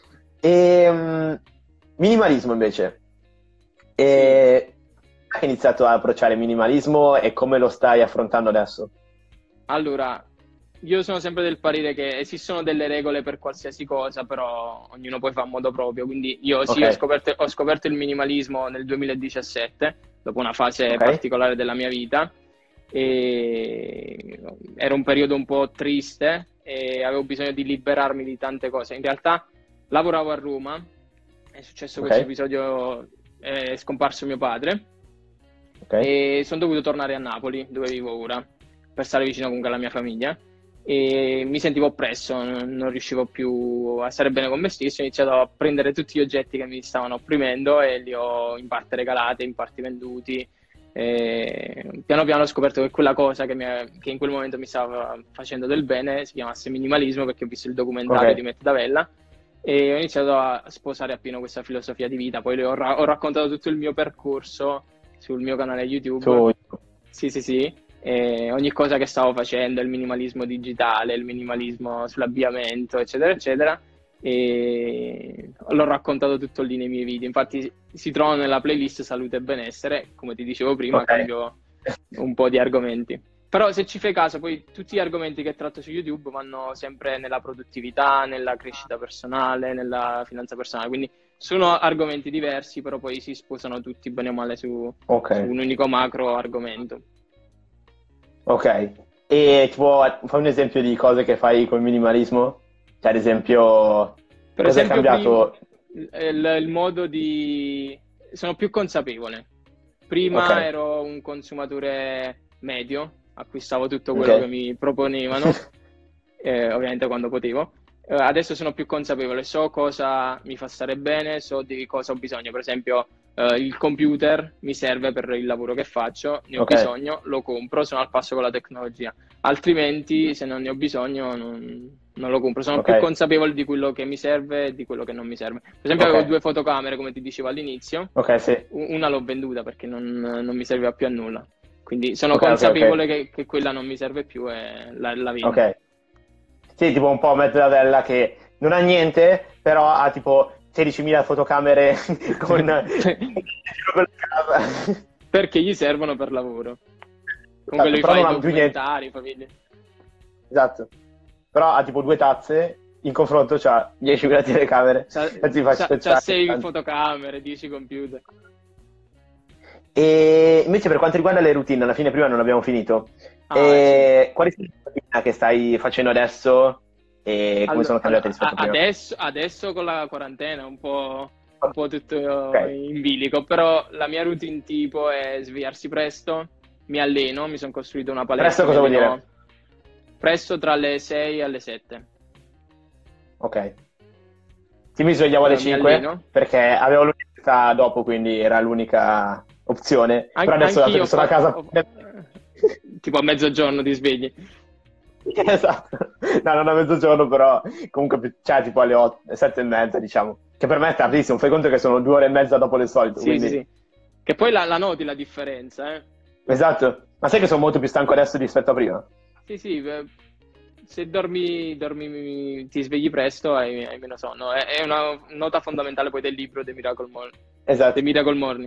Minimalismo invece. Sì. Hai iniziato a approcciare il minimalismo e come lo stai affrontando adesso? Allora, io sono sempre del parere che esistono delle regole per qualsiasi cosa, però ognuno poi fa a modo proprio. Quindi io Ok, sì, ho scoperto il minimalismo nel 2017, dopo una fase ok, particolare della mia vita. E era un periodo un po' triste e avevo bisogno di liberarmi di tante cose. In realtà lavoravo a Roma, è successo ok, questo episodio, è scomparso mio padre ok, e sono dovuto tornare a Napoli, dove vivo ora, per stare vicino comunque alla mia famiglia e mi sentivo oppresso, non riuscivo più a stare bene con me stesso, ho iniziato a prendere tutti gli oggetti che mi stavano opprimendo e li ho in parte regalati, in parte venduti. E piano piano ho scoperto che quella cosa che in quel momento mi stava facendo del bene si chiamasse minimalismo perché ho visto il documentario di ok. Matt Davella e ho iniziato a sposare appieno questa filosofia di vita. Poi ho raccontato tutto il mio percorso sul mio canale YouTube. Su... Sì, sì, sì. E ogni cosa che stavo facendo, il minimalismo digitale, il minimalismo sull'abbigliamento, eccetera, eccetera. E l'ho raccontato tutto lì nei miei video. Infatti si trovano nella playlist Salute e Benessere. Come ti dicevo prima, Ok, cambio un po' di argomenti. Però se ci fai caso, poi tutti gli argomenti che tratto su YouTube vanno sempre nella produttività, nella crescita personale, nella finanza personale. Quindi sono argomenti diversi, però poi si sposano tutti bene o male ok, su un unico macro argomento. ok. E tipo, fai un esempio di cose che fai col minimalismo? Cioè, ad esempio, Per cosa è esempio, cambiato? il modo di... Sono più consapevole. Ok, Prima ero un consumatore medio, acquistavo tutto quello che ok. mi proponevano, ovviamente quando potevo. Adesso sono più consapevole, so cosa mi fa stare bene, so di cosa ho bisogno. Per esempio, il computer mi serve per il lavoro che faccio, ne ho Ok, bisogno, lo compro, sono al passo con la tecnologia. Altrimenti, se non ne ho bisogno, non lo compro. Sono ok, più consapevole di quello che mi serve e di quello che non mi serve. Per esempio, ok, avevo due fotocamere, come ti dicevo all'inizio. ok, sì. Una l'ho venduta perché non mi serviva più a nulla. Quindi sono Ok, ok, ok, consapevole che quella non mi serve più e la vendo. ok. Sì, tipo un po' mezzadella che non ha niente, però ha tipo 16.000 fotocamere con giro per la casa. Perché gli servono per lavoro. Comunque Esatto, lui però fa non i ha più niente. documentari, fa video. Esatto. Però ha tipo due tazze, in confronto c'ha 10.000 telecamere. Infatti mi faccio C'ha pensare. 6 fotocamere, 10 computer. E invece per quanto riguarda le routine, alla fine prima non abbiamo finito. Ah, sì. Quali sono le routine che stai facendo adesso e come sono cambiate rispetto a prima? Adesso con la quarantena è un po' tutto Ok. in bilico, però la mia routine tipo è svegliarsi presto, mi alleno, mi sono costruito una Presto palestra, mi cosa vuol alleno dire? presto tra le 6 e le 7. Ok. Sì, mi svegliavo alle Mi 5 alleno. perché avevo l'università dopo, quindi era l'unica opzione. Però adesso, dato che Anch'io sono a casa... tipo a mezzogiorno ti svegli. Esatto. No, non a mezzogiorno, però comunque, cioè, tipo alle 8, 7:30, diciamo. Che per me è tardissimo. Fai conto che sono 2 ore e mezza dopo le solite, Sì, sì, quindi... sì. Che poi la noti la differenza, eh? Esatto. Ma sai che sono molto più stanco adesso rispetto a prima? Sì, sì, se ti svegli presto hai meno sonno. È una nota fondamentale poi del libro The Esatto. Miracle Morning.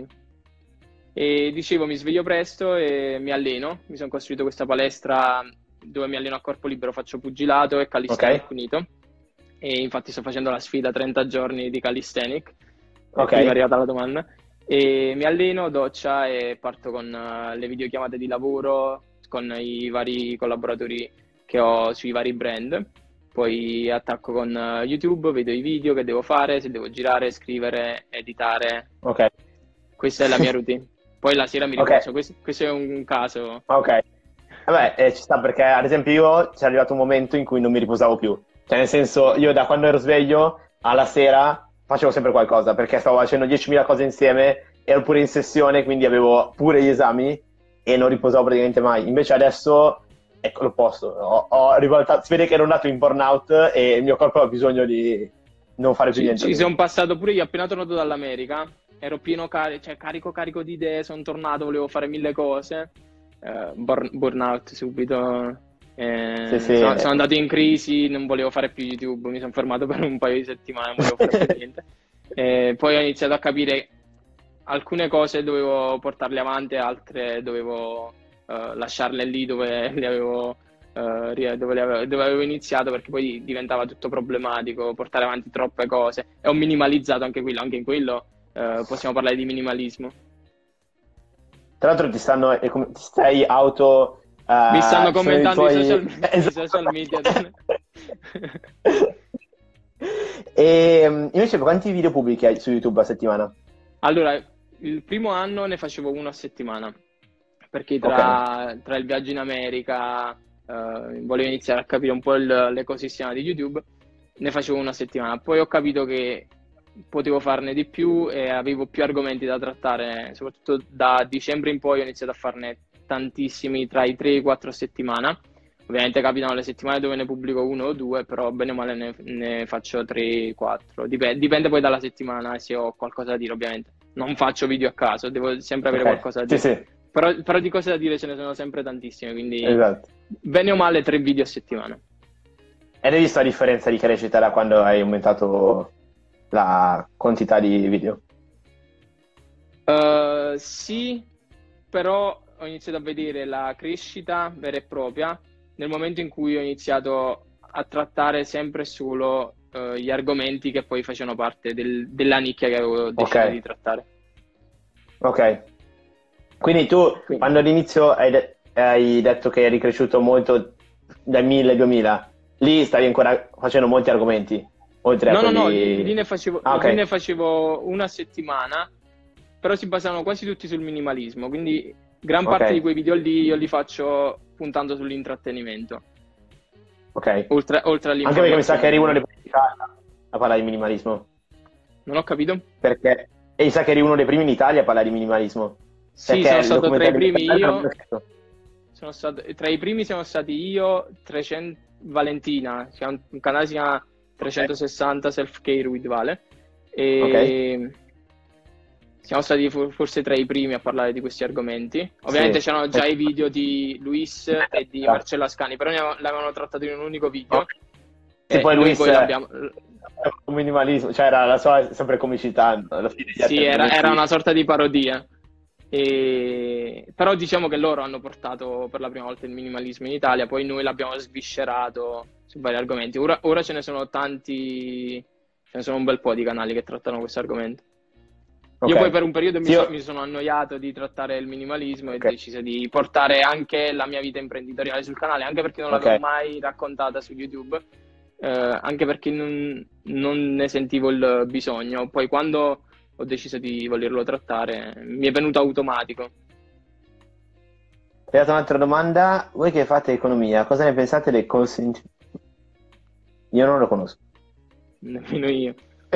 E dicevo, mi sveglio presto e mi alleno. Mi sono costruito questa palestra dove mi alleno a corpo libero, faccio pugilato e Ok? calisthenic unito. E infatti sto facendo la sfida 30 giorni di calisthenic. Ok? Prima è arrivata la domanda. E mi alleno, doccia e parto con le videochiamate di lavoro con i vari collaboratori che ho sui vari brand. Poi attacco con YouTube, vedo i video che devo fare, se devo girare, scrivere, editare. Ok. Questa è la mia routine. Poi la sera mi Ok. riposo. Questo è un caso. Ok. Vabbè, ci sta perché, ad esempio, io c'è arrivato un momento in cui non mi riposavo più. Cioè, nel senso, io da quando ero sveglio alla sera facevo sempre qualcosa perché stavo facendo 10.000 cose insieme, ero pure in sessione, quindi avevo pure gli esami e non riposavo praticamente mai. Invece adesso, ecco l'opposto, ho rivoltato, si vede che ero andato in burnout e il mio corpo ha bisogno di non fare più niente. Ci sono passato pure io appena tornato dall'America. Ero pieno cioè, carico di idee, sono tornato, volevo fare mille cose. Burnout subito. Sono andato in crisi, non volevo fare più YouTube, mi sono fermato per un paio di settimane, non volevo fare più niente. Poi ho iniziato a capire alcune cose dovevo portarle avanti, altre dovevo lasciarle lì dove dove avevo iniziato, perché poi diventava tutto problematico portare avanti troppe cose, e ho minimalizzato anche in quello possiamo parlare di minimalismo. Tra l'altro ti stai auto... Mi stanno commentando i Esatto. social media. E invece quanti video pubblichi su YouTube a settimana? Allora, il primo anno ne facevo uno a settimana, perché tra il viaggio in America volevo iniziare a capire un po' l'ecosistema di YouTube, ne facevo una a settimana. Poi ho capito che potevo farne di più e avevo più argomenti da trattare, soprattutto da dicembre in poi ho iniziato a farne tantissimi, tra i 3 e i 4 a settimana. Ovviamente capitano le settimane dove ne pubblico 1 o 2, però bene o male ne faccio 3-4. Dipende poi dalla settimana e se ho qualcosa da dire, ovviamente. Non faccio video a caso, devo sempre avere qualcosa da dire. Sì. Però di cose da dire ce ne sono sempre tantissime, quindi esatto. Bene o male 3 video a settimana. Ed hai visto la differenza di crescita da quando hai aumentato la quantità di video? Sì, però ho iniziato a vedere la crescita vera e propria nel momento in cui ho iniziato a trattare sempre solo gli argomenti che poi facevano parte della nicchia che avevo deciso di trattare. Ok. Quindi tu, quando all'inizio hai detto che eri cresciuto molto dai 1000 ai 2000, lì stavi ancora facendo molti argomenti? Oltre a No, lì ne facevo una settimana, però si basavano quasi tutti sul minimalismo, quindi gran parte di quei video lì io li faccio puntando sull'intrattenimento. Ok. Oltre all'informazione. Anche perché mi sa che eri uno dei primi a parlare di minimalismo. Non ho capito? Perché? E mi sa che eri uno dei primi in Italia a parlare di minimalismo. Sì, sono stato tra i primi io. Tra i primi siamo stati io, 300, Valentina, un canale si chiama 360 Self Care with Vale. E siamo stati forse tra i primi a parlare di questi argomenti. Ovviamente c'erano già i video di Luis e di Marcello Ascani, però l'avevano trattato in un unico video. E poi Luis un minimalismo, cioè era la sua sempre comicità. Sì, era una sorta di parodia. Però diciamo che loro hanno portato per la prima volta il minimalismo in Italia, poi noi l'abbiamo sviscerato su vari argomenti. Ora ce ne sono tanti, ce ne sono un bel po' di canali che trattano questo argomento. Io poi per un periodo mi sono annoiato di trattare il minimalismo e ho deciso di portare anche la mia vita imprenditoriale sul canale, anche perché non l'avevo mai raccontata su YouTube, anche perché non ne sentivo il bisogno. Poi quando ho deciso di volerlo trattare mi è venuto automatico. Ho fatto un'altra domanda. Voi che fate economia, cosa ne pensate del consenso? Io non lo conosco. Nemmeno io.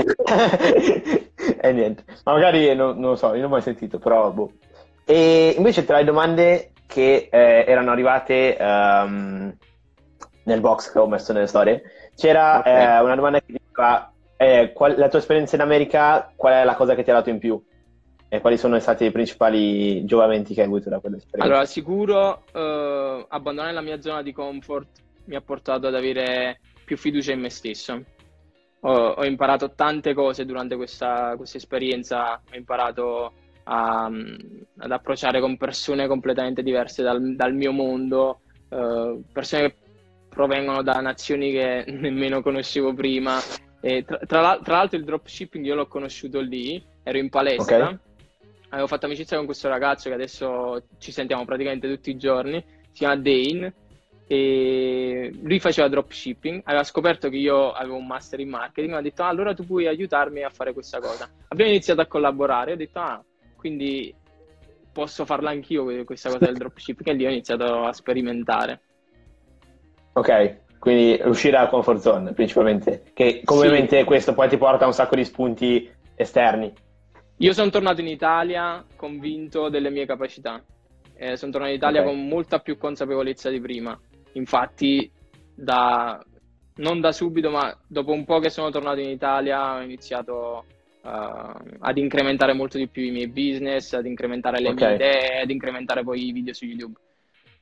E niente, ma magari non lo so, io non ho mai sentito, però boh. E invece tra le domande che erano arrivate nel box che ho messo nelle storie, c'era una domanda che diceva la tua esperienza in America, qual è la cosa che ti ha dato in più? E quali sono stati i principali giovamenti che hai avuto da quell'esperienza? Allora, sicuro abbandonare la mia zona di comfort mi ha portato ad avere più fiducia in me stesso. Ho imparato tante cose durante questa esperienza, ho imparato ad approcciare con persone completamente diverse dal mio mondo, persone che provengono da nazioni che nemmeno conoscevo prima. E tra l'altro il dropshipping io l'ho conosciuto lì, ero in palestra, avevo fatto amicizia con questo ragazzo che adesso ci sentiamo praticamente tutti i giorni, si chiama Dane. E lui faceva dropshipping, aveva scoperto che io avevo un master in marketing, mi ha detto allora tu puoi aiutarmi a fare questa cosa. Abbiamo iniziato a collaborare, ho detto quindi posso farla anch'io questa cosa del dropshipping, e lì ho iniziato a sperimentare. Ok, quindi uscire dalla comfort zone principalmente, che ovviamente questo poi ti porta a un sacco di spunti esterni. Io sono tornato in Italia convinto delle mie capacità, sono tornato in Italia con molta più consapevolezza di prima. Infatti, non da subito, ma dopo un po' che sono tornato in Italia, ho iniziato ad incrementare molto di più i miei business, ad incrementare le mie idee, ad incrementare poi i video su YouTube.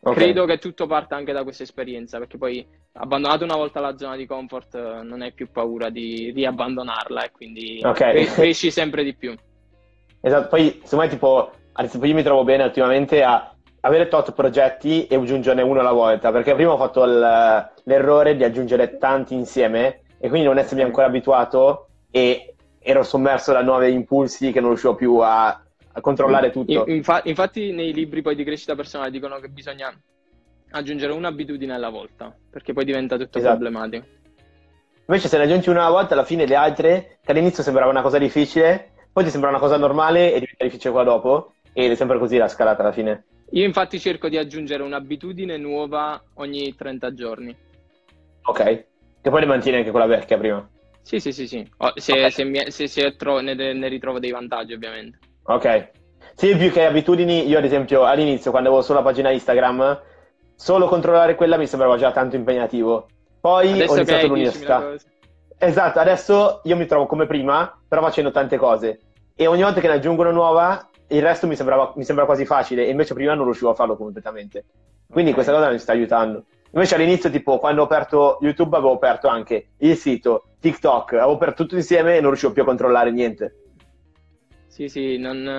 Ok. Credo che tutto parta anche da questa esperienza, perché poi abbandonato una volta la zona di comfort, non hai più paura di abbandonarla e quindi Ok. cresci sempre di più. Esatto, poi secondo me tipo, ad esempio io mi trovo bene ultimamente a avere tot progetti e aggiungerne uno alla volta, perché prima ho fatto l'errore di aggiungere tanti insieme e quindi non essermi Ok. ancora abituato e ero sommerso da nuovi impulsi che non riuscivo più a controllare tutto. Infatti nei libri poi di crescita personale dicono che bisogna aggiungere un'abitudine alla volta, perché poi diventa tutto Esatto. problematico. Invece se ne aggiungi una alla volta, alla fine le altre, che all'inizio sembrava una cosa difficile, poi ti sembra una cosa normale e diventa difficile qua dopo, ed è sempre così la scalata alla fine. Io infatti cerco di aggiungere un'abitudine nuova ogni 30 giorni. Ok? Che poi le mantieni anche quella vecchia prima. Sì, sì, sì, sì. Ok. Ne ritrovo dei vantaggi, ovviamente. Ok. Sì, più che abitudini, io ad esempio all'inizio quando avevo solo la pagina Instagram, solo controllare quella mi sembrava già tanto impegnativo. Poi ho Adesso che iniziato hai 10.000 l'università. cose. Esatto, adesso io mi trovo come prima, però facendo tante cose. E ogni volta che ne aggiungo una nuova, il resto mi sembra quasi facile, e invece prima non riuscivo a farlo completamente. Quindi questa Ok. cosa mi sta aiutando. Invece all'inizio, tipo, quando ho aperto YouTube, avevo aperto anche il sito, TikTok, avevo aperto tutto insieme e non riuscivo più a controllare niente. Sì, sì,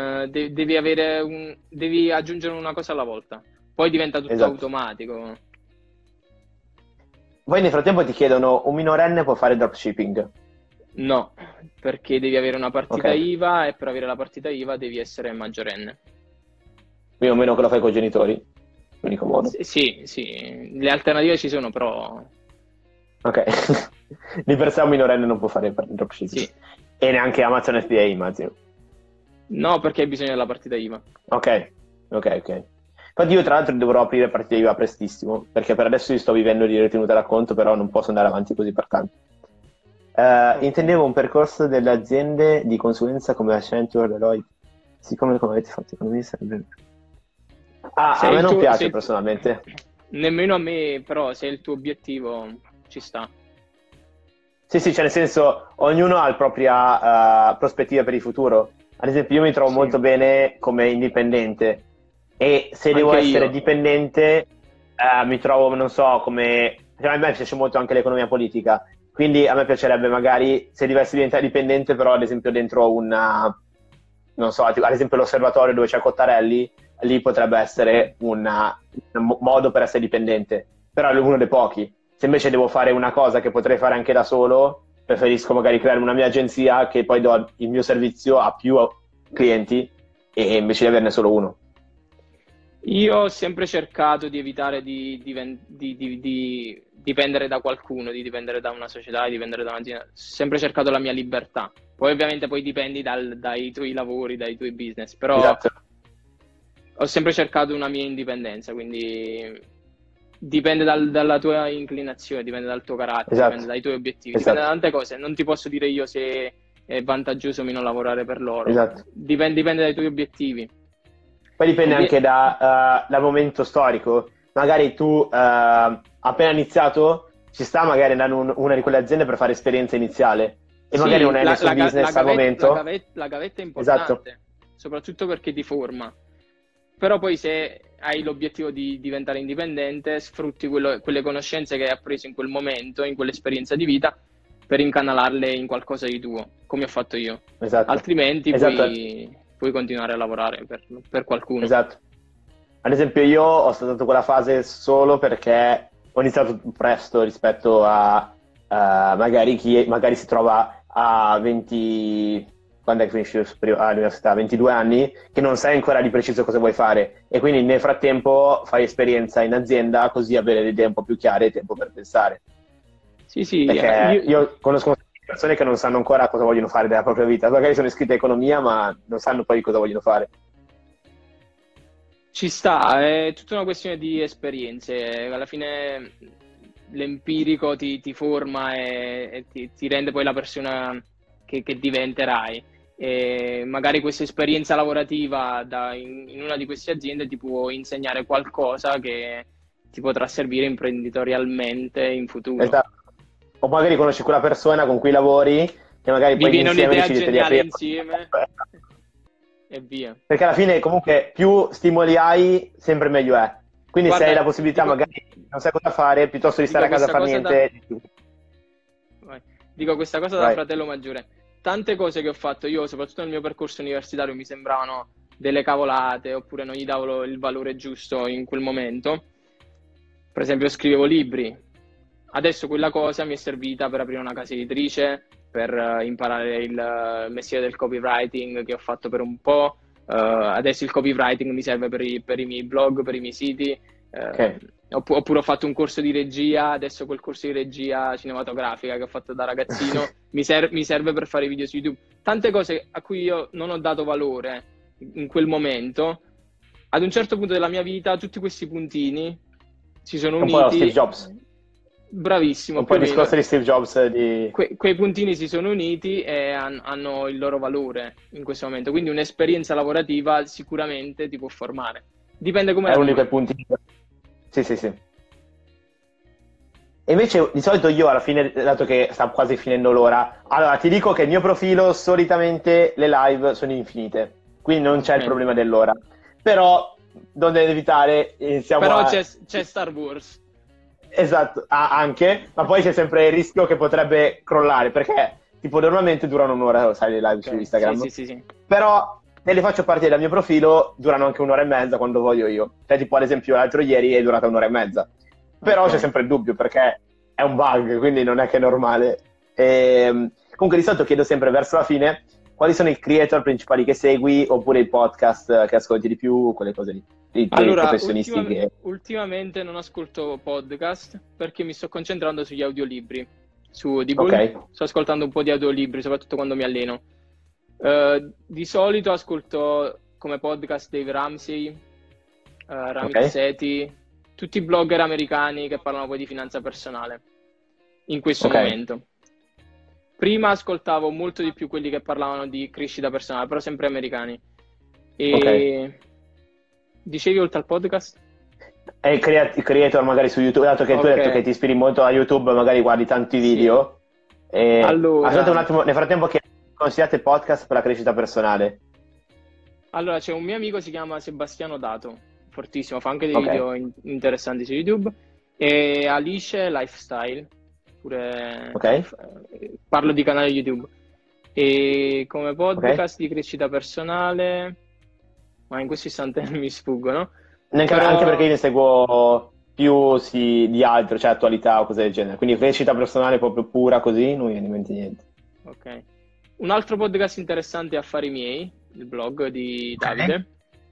devi aggiungere una cosa alla volta. Poi diventa tutto Esatto. automatico. Poi nel frattempo ti chiedono, un minorenne può fare dropshipping? No, perché devi avere una Ok, partita IVA e per avere la partita IVA devi essere maggiorenne. quindi o meno che lo fai con i genitori, l'unico modo. Sì, sì, le alternative ci sono, però Ok, di per sé un minorenne non può fare dropshipping. sì. E neanche Amazon FBA, immagino. No, perché hai bisogno della partita IVA. Ok, ok, ok. Infatti io tra l'altro dovrò aprire partita IVA prestissimo, perché per adesso io sto vivendo di ritenuta d'acconto, però non posso andare avanti così per tanto. Ok. Intendevo un percorso delle aziende di consulenza come Accenture, Deloitte. Siccome come avete fatto economia sarebbe... Ah, Se a è me il non tuo, piace personalmente. nemmeno a me, però se è il tuo obiettivo ci sta. Sì, sì, cioè nel senso, ognuno ha la propria prospettiva per il futuro. Ad esempio, io mi trovo Sì, molto bene come indipendente e se devo anche essere io. dipendente, mi trovo, non so, come... cioè, a me piace molto anche l'economia politica, quindi a me piacerebbe magari, se dovessi diventare dipendente, però ad esempio dentro una... non so, ad esempio l'osservatorio dove c'è Cottarelli, lì potrebbe Ok. essere un modo per essere dipendente, però è uno dei pochi. Se invece devo fare una cosa che potrei fare anche da solo, preferisco magari creare una mia agenzia che poi do il mio servizio a più clienti e invece di averne solo uno. Io ho sempre cercato di evitare di dipendere da qualcuno, di dipendere da una società, di dipendere da un'azienda. Ho sempre cercato la mia libertà. Poi ovviamente poi dipendi dai tuoi lavori, dai tuoi business, però Esatto, ho sempre cercato una mia indipendenza, quindi dipende dalla tua inclinazione, dipende dal tuo carattere, dipende esatto, dai tuoi obiettivi, dipende da esatto, tante cose. Non ti posso dire io se è vantaggioso o meno lavorare per loro, esatto. dipende dai tuoi obiettivi. Poi dipende Ovvie- anche dal momento storico. Magari tu, appena iniziato, ci sta magari andare in una di quelle aziende per fare esperienza iniziale e magari Sì, non hai nessun business al momento. la gavetta è Esatto, importante, soprattutto perché ti forma. Però poi se hai l'obiettivo di diventare indipendente, sfrutti quelle conoscenze che hai appreso in quel momento, in quell'esperienza di vita, per incanalarle in qualcosa di tuo, come ho fatto io. esatto, Altrimenti esatto, puoi continuare a lavorare per qualcuno. esatto. Ad esempio io ho saltato quella fase solo perché ho iniziato presto rispetto a magari chi magari si trova a 20, quando è che finisci all'università? 22 anni, che non sai ancora di preciso cosa vuoi fare e quindi nel frattempo fai esperienza in azienda così avere le idee un po' più chiare e tempo per pensare. Sì, sì, Perché io conosco persone che non sanno ancora cosa vogliono fare della propria vita, magari sono iscritte a economia ma non sanno poi cosa vogliono fare. ci sta, è tutta una questione di esperienze. Alla fine l'empirico ti forma e ti rende poi la persona che diventerai. E magari questa esperienza lavorativa in una di queste aziende ti può insegnare qualcosa che ti potrà servire imprenditorialmente in futuro. Esatto. O magari conosci quella persona con cui lavori che magari Vi poi viene insieme un'idea decidete di geniale aprire. insieme e via. Perché alla fine comunque più stimoli hai, sempre meglio è. Quindi se Guarda, hai la possibilità, dico, magari non sai cosa fare, piuttosto di stare dico a casa a questa fare cosa da, niente. vai. Dico questa cosa da Vai. fratello maggiore. Tante cose che ho fatto io, soprattutto nel mio percorso universitario, mi sembravano delle cavolate, oppure non gli davo il valore giusto in quel momento. Per esempio, scrivevo libri. Adesso quella cosa mi è servita per aprire una casa editrice, per imparare il mestiere del copywriting che ho fatto per un po'. Adesso il copywriting mi serve per i miei blog, per i miei siti. Ok. Oppure ho fatto un corso di regia, adesso quel corso di regia cinematografica che ho fatto da ragazzino mi serve per fare video su YouTube. Tante cose a cui io non ho dato valore in quel momento, ad un certo punto della mia vita, tutti questi puntini si sono È un po' lo Steve uniti. Jobs. Bravissimo, Un po' più o il meno. discorso di Steve Jobs di... Quei puntini si sono uniti e hanno il loro valore in questo momento. Quindi un'esperienza lavorativa sicuramente ti può formare. Dipende come È la uno di vivi. quei punti. Sì, sì, sì. E invece di solito io alla fine, dato che sta quasi finendo l'ora, allora ti dico che il mio profilo solitamente le live sono infinite, quindi non c'è il Ok. problema dell'ora. Però, non deve evitare, iniziamo Però a... c'è Star Wars. Esatto, anche, ma poi c'è sempre il rischio che potrebbe crollare, perché tipo normalmente durano un'ora, sai, le live su Ok, sì, Instagram. sì, sì, sì. Però se le faccio partire dal mio profilo durano anche un'ora e mezza quando voglio io. Cioè tipo ad esempio l'altro ieri è durata un'ora e mezza. Però c'è Ok. sempre il dubbio perché è un bug, quindi non è che è normale. Comunque di solito chiedo sempre verso la fine quali sono i creator principali che segui oppure i podcast che ascolti di più, quelle cose lì. Quei Allora, professionisti che... ultimamente non ascolto podcast perché mi sto concentrando sugli audiolibri. Su Ok, Audible sto ascoltando un po' di audiolibri, soprattutto quando mi alleno. Di solito ascolto come podcast Dave Ramsey, Ramit ok, Sethi, tutti i blogger americani che parlano poi di finanza personale in questo ok, momento. Prima ascoltavo molto di più quelli che parlavano di crescita personale, però sempre americani. ok. E dicevi oltre al podcast? E i creator magari su YouTube, dato che tu hai Ok, detto che ti ispiri molto a YouTube, magari guardi tanti sì. video. Aspetta un Allora, attimo, nel frattempo che consigliate podcast per la crescita personale. allora, c'è un mio amico, si chiama Sebastiano Dato, fortissimo, fa anche dei Ok, video interessanti su YouTube. E Alice Lifestyle, pure ok, parlo di canale YouTube. E come ok. podcast di crescita personale, ma in questo istante mi sfuggono. Anche perché io Però, ne seguo più di altro, cioè attualità o cose del genere. Quindi crescita personale proprio pura così, non mi viene in mente niente. ok. Un altro podcast interessante è Affari miei, il blog di Ok. Davide.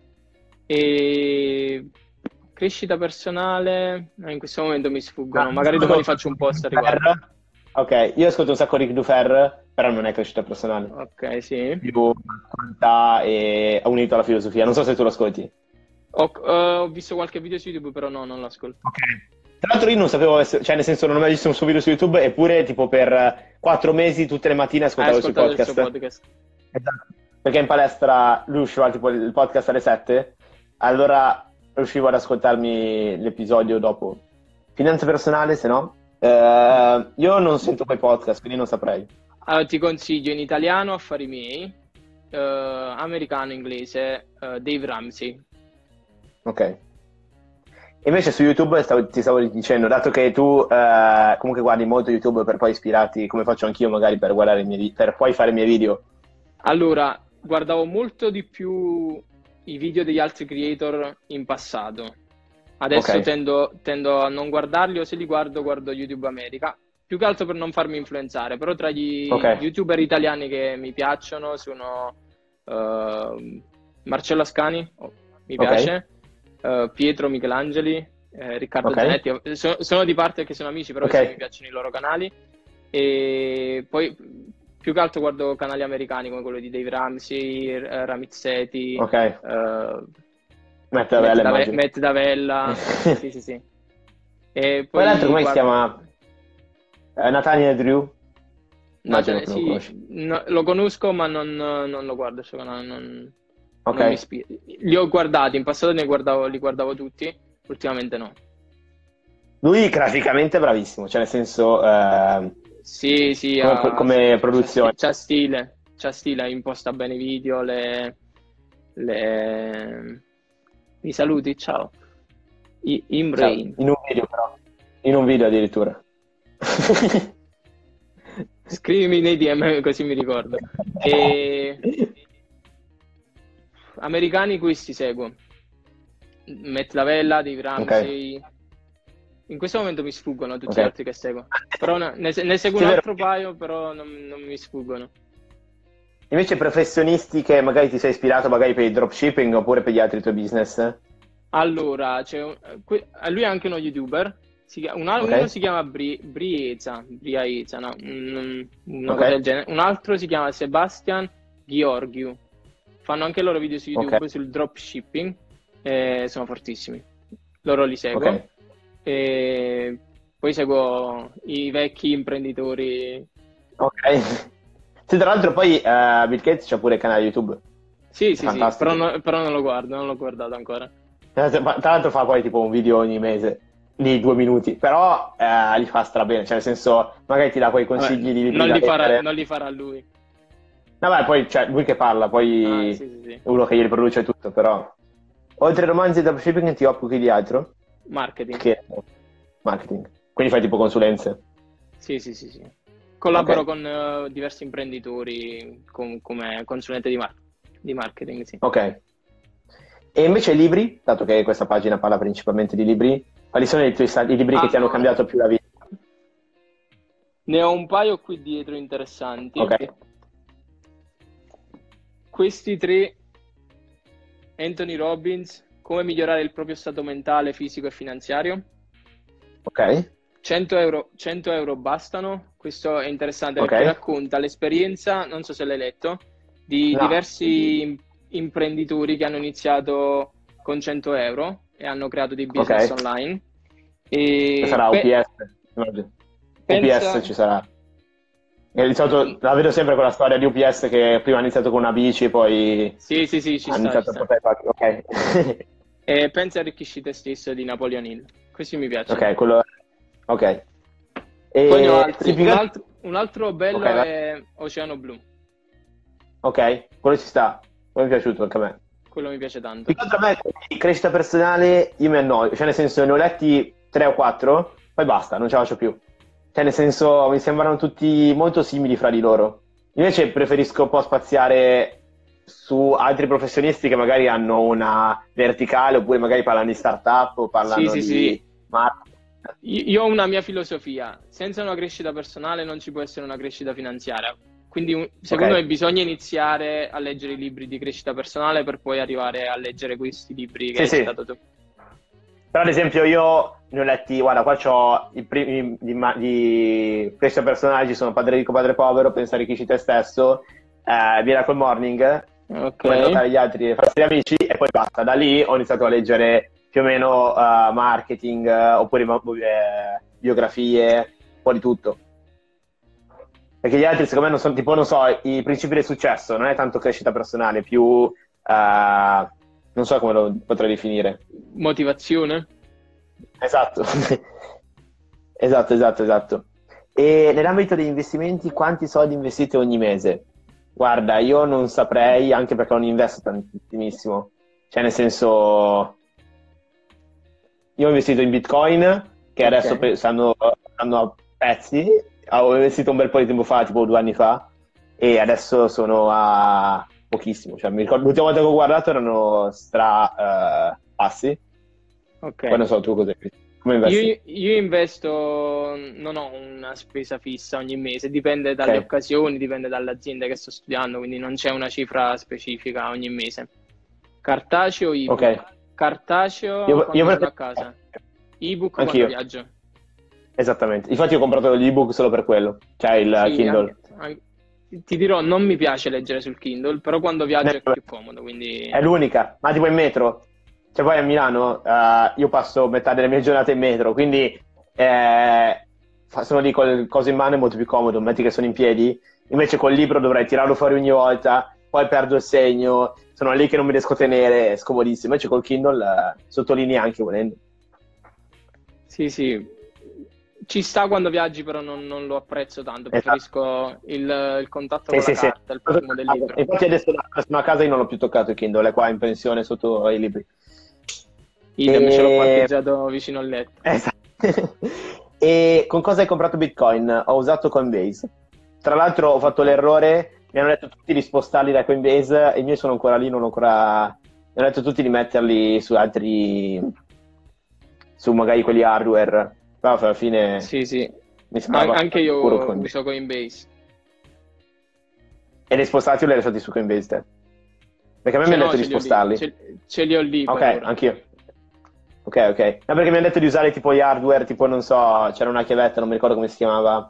E crescita personale, in questo momento mi No, sfuggono, magari domani faccio un post a riguardo. Ok, io ascolto un sacco Rick Dufer, però non è crescita personale. Ok, sì. Più attualità e unito alla filosofia. Non so se tu lo ascolti. Ho visto qualche video su YouTube, però no, non lo ascolto. Ok. Tra l'altro io non sapevo, cioè nel senso non ho mai visto un suo video su YouTube, eppure tipo per 4 mesi tutte le mattine Hai ascoltavo i suoi ascoltato il suo podcast. podcast? Esatto. Perché in palestra lui usciva tipo il podcast alle 7, allora riuscivo ad ascoltarmi l'episodio dopo. Finanza personale, se no? Io non sento quei podcast, quindi non saprei. Allora, ti consiglio in italiano Affari miei, americano, inglese, Dave Ramsey. Ok. E invece su YouTube ti stavo dicendo, dato che tu comunque guardi molto YouTube per poi ispirarti, come faccio anch'io magari per guardare per poi fare i miei video. Allora, guardavo molto di più i video degli altri creator in passato. Adesso Ok, tendo a non guardarli, o se li guardo, guardo YouTube America. Più che altro per non farmi influenzare. Però tra ok, gli YouTuber italiani che mi piacciono sono Marcello Ascani, mi ok, piace, Pietro Michelangeli, Riccardo ok, Zanetti. Sono di parte che sono amici, però ok, sì, mi piacciono i loro canali. E poi più che altro guardo canali americani come quello di Dave Ramsey, Ramit Sethi, ok. Mette la Matt, bella, immagino. Matt Davella, sì, sì, sì. E Poi l'altro poi come si chiama? Nathaniel Drew? Immagino che lo sì, conosci. lo conosco, ma non lo guardo il suo canale, Ok. non mi ispira. Li ho guardati, in passato li guardavo tutti, ultimamente no. Lui graficamente è bravissimo, cioè nel senso Sì, sì, come produzione. c'ha stile, imposta bene i video, i saluti, ciao. In Cioè, Brain. in un video però. In un video addirittura. Scrivimi nei DM così mi ricordo. E... Americani questi seguo. Matt Lavella, Dave Ramsey. In questo momento mi sfuggono tutti gli altri che seguo. Però ne seguo un altro paio, però non mi sfuggono. Invece professionisti che magari ti sei ispirato magari per il dropshipping oppure per gli altri tuoi business? Allora, lui è anche uno YouTuber. Uno si chiama Briaeza, no, una cosa del genere. Un altro si chiama Sebastian Gheorghiu. Fanno anche loro video su YouTube sul dropshipping. Sono fortissimi. Loro li seguo. E poi seguo i vecchi imprenditori. Ok. Sì, tra l'altro poi Bill Gates c'ha pure il canale YouTube. Sì, però non lo guardo, non l'ho guardato ancora. Tra l'altro fa poi tipo un video ogni mese di 2 minuti, però li fa strabene, cioè nel senso magari ti dà quei consigli di libri non li farà lui. No, beh, poi cioè, lui che parla, poi sì. uno che gli produce tutto, però oltre ai romanzi e dropshipping ti occupi di altro? Marketing. Marketing. Quindi fai tipo consulenze? Sì. Collaboro con diversi imprenditori come consulente di marketing, sì. Ok. E invece libri, dato che questa pagina parla principalmente di libri, quali sono i libri che ti hanno cambiato più la vita? Ne ho un paio qui dietro interessanti. Ok. Questi 3, Anthony Robbins, come migliorare il proprio stato mentale, fisico e finanziario. Ok. 100 euro bastano. Questo è interessante perché racconta l'esperienza, non so se l'hai letto, di diversi imprenditori che hanno iniziato con 100 euro e hanno creato dei business online. E sarà UPS. UPS ci sarà. E di solito la vedo sempre con la storia di UPS che prima ha iniziato con una bici, poi sì, ci sta. Ok. E pensa e arricchisci te stesso di Napoleon Hill. Questo mi piace. Ok, quello. Ok. E poi ne ho altri. Un altro bello è Oceano Blu. Ok, quello ci sta. Quello mi è piaciuto anche a me. Quello mi piace tanto. A me di crescita personale io mi annoio, cioè nel senso ne ho letti 3 o 4, poi basta, non ce la faccio più. Cioè nel senso mi sembrano tutti molto simili fra di loro. Invece preferisco un po' spaziare su altri professionisti che magari hanno una verticale oppure magari parlano di startup o parlano di marketing. Io ho una mia filosofia: senza una crescita personale non ci può essere una crescita finanziaria. Quindi secondo me bisogna iniziare a leggere i libri di crescita personale per poi arrivare a leggere questi libri che hai citato tu. Però ad esempio io ne ho letti, guarda, qua c'ho i primi di crescita personale, ci sono Padre Ricco, Padre Povero, Pensa Arricchisci te stesso, Miracle Morning, come notare gli altri, farsi amici, e poi basta. Da lì ho iniziato a leggere più o meno marketing, oppure biografie, un po' di tutto. Perché gli altri secondo me non sono, tipo, non so, i principi del successo, non è tanto crescita personale, più, non so come lo potrei definire. Motivazione? Esatto. esatto. E nell'ambito degli investimenti, quanti soldi investite ogni mese? Guarda, io non saprei, anche perché non investo tantissimo. Cioè, nel senso, io ho investito in Bitcoin, che adesso stanno a pezzi. Avevo investito un bel po' di tempo fa, tipo 2 anni fa, e adesso sono a pochissimo. Cioè, mi ricordo l'ultima volta che ho guardato erano passi. Ok. Poi non so tu come investi. Io investo, non ho una spesa fissa ogni mese, dipende dalle occasioni, dipende dall'azienda che sto studiando, quindi non c'è una cifra specifica ogni mese. Cartaceo, ebook. Cartaceo quando sono a casa. Ebook quando viaggio. Esattamente, infatti ho comprato gli ebook solo per quello, cioè il Kindle. Ti dirò, non mi piace leggere sul Kindle, però quando viaggio è più comodo, quindi... È l'unica, ma tipo in metro, cioè poi a Milano io passo metà delle mie giornate in metro, quindi sono lì con le cose in mano, è molto più comodo, metti che sono in piedi, invece col libro dovrei tirarlo fuori ogni volta, poi perdo il segno, sono lì che non mi riesco a tenere, è scomodissimo, invece col Kindle sottolinei anche volendo. Sì. Ci sta quando viaggi, però non lo apprezzo tanto, preferisco il contatto con la carta, il profumo del libro. Infatti adesso sono a casa, io non l'ho più toccato il Kindle, è qua in pensione sotto i libri. Idem, ce l'ho parcheggiato vicino al letto. Esatto. E con cosa hai comprato Bitcoin? Ho usato Coinbase. Tra l'altro ho fatto l'errore, mi hanno detto tutti di spostarli da Coinbase e i miei sono ancora lì, non ho ancora... Mi hanno detto tutti di metterli su altri... su magari quelli hardware. Però alla fine... Sì, sì. Mi sembrava Anche io puro Coinbase. uso Coinbase. E li spostati o li hai lasciati su Coinbase te? Perché a me mi hanno detto di spostarli. Ce li ho lì Ok, per ora. anch'io. Ok. No, perché mi hanno detto di usare tipo gli hardware, tipo non so, c'era una chiavetta, non mi ricordo come si chiamava.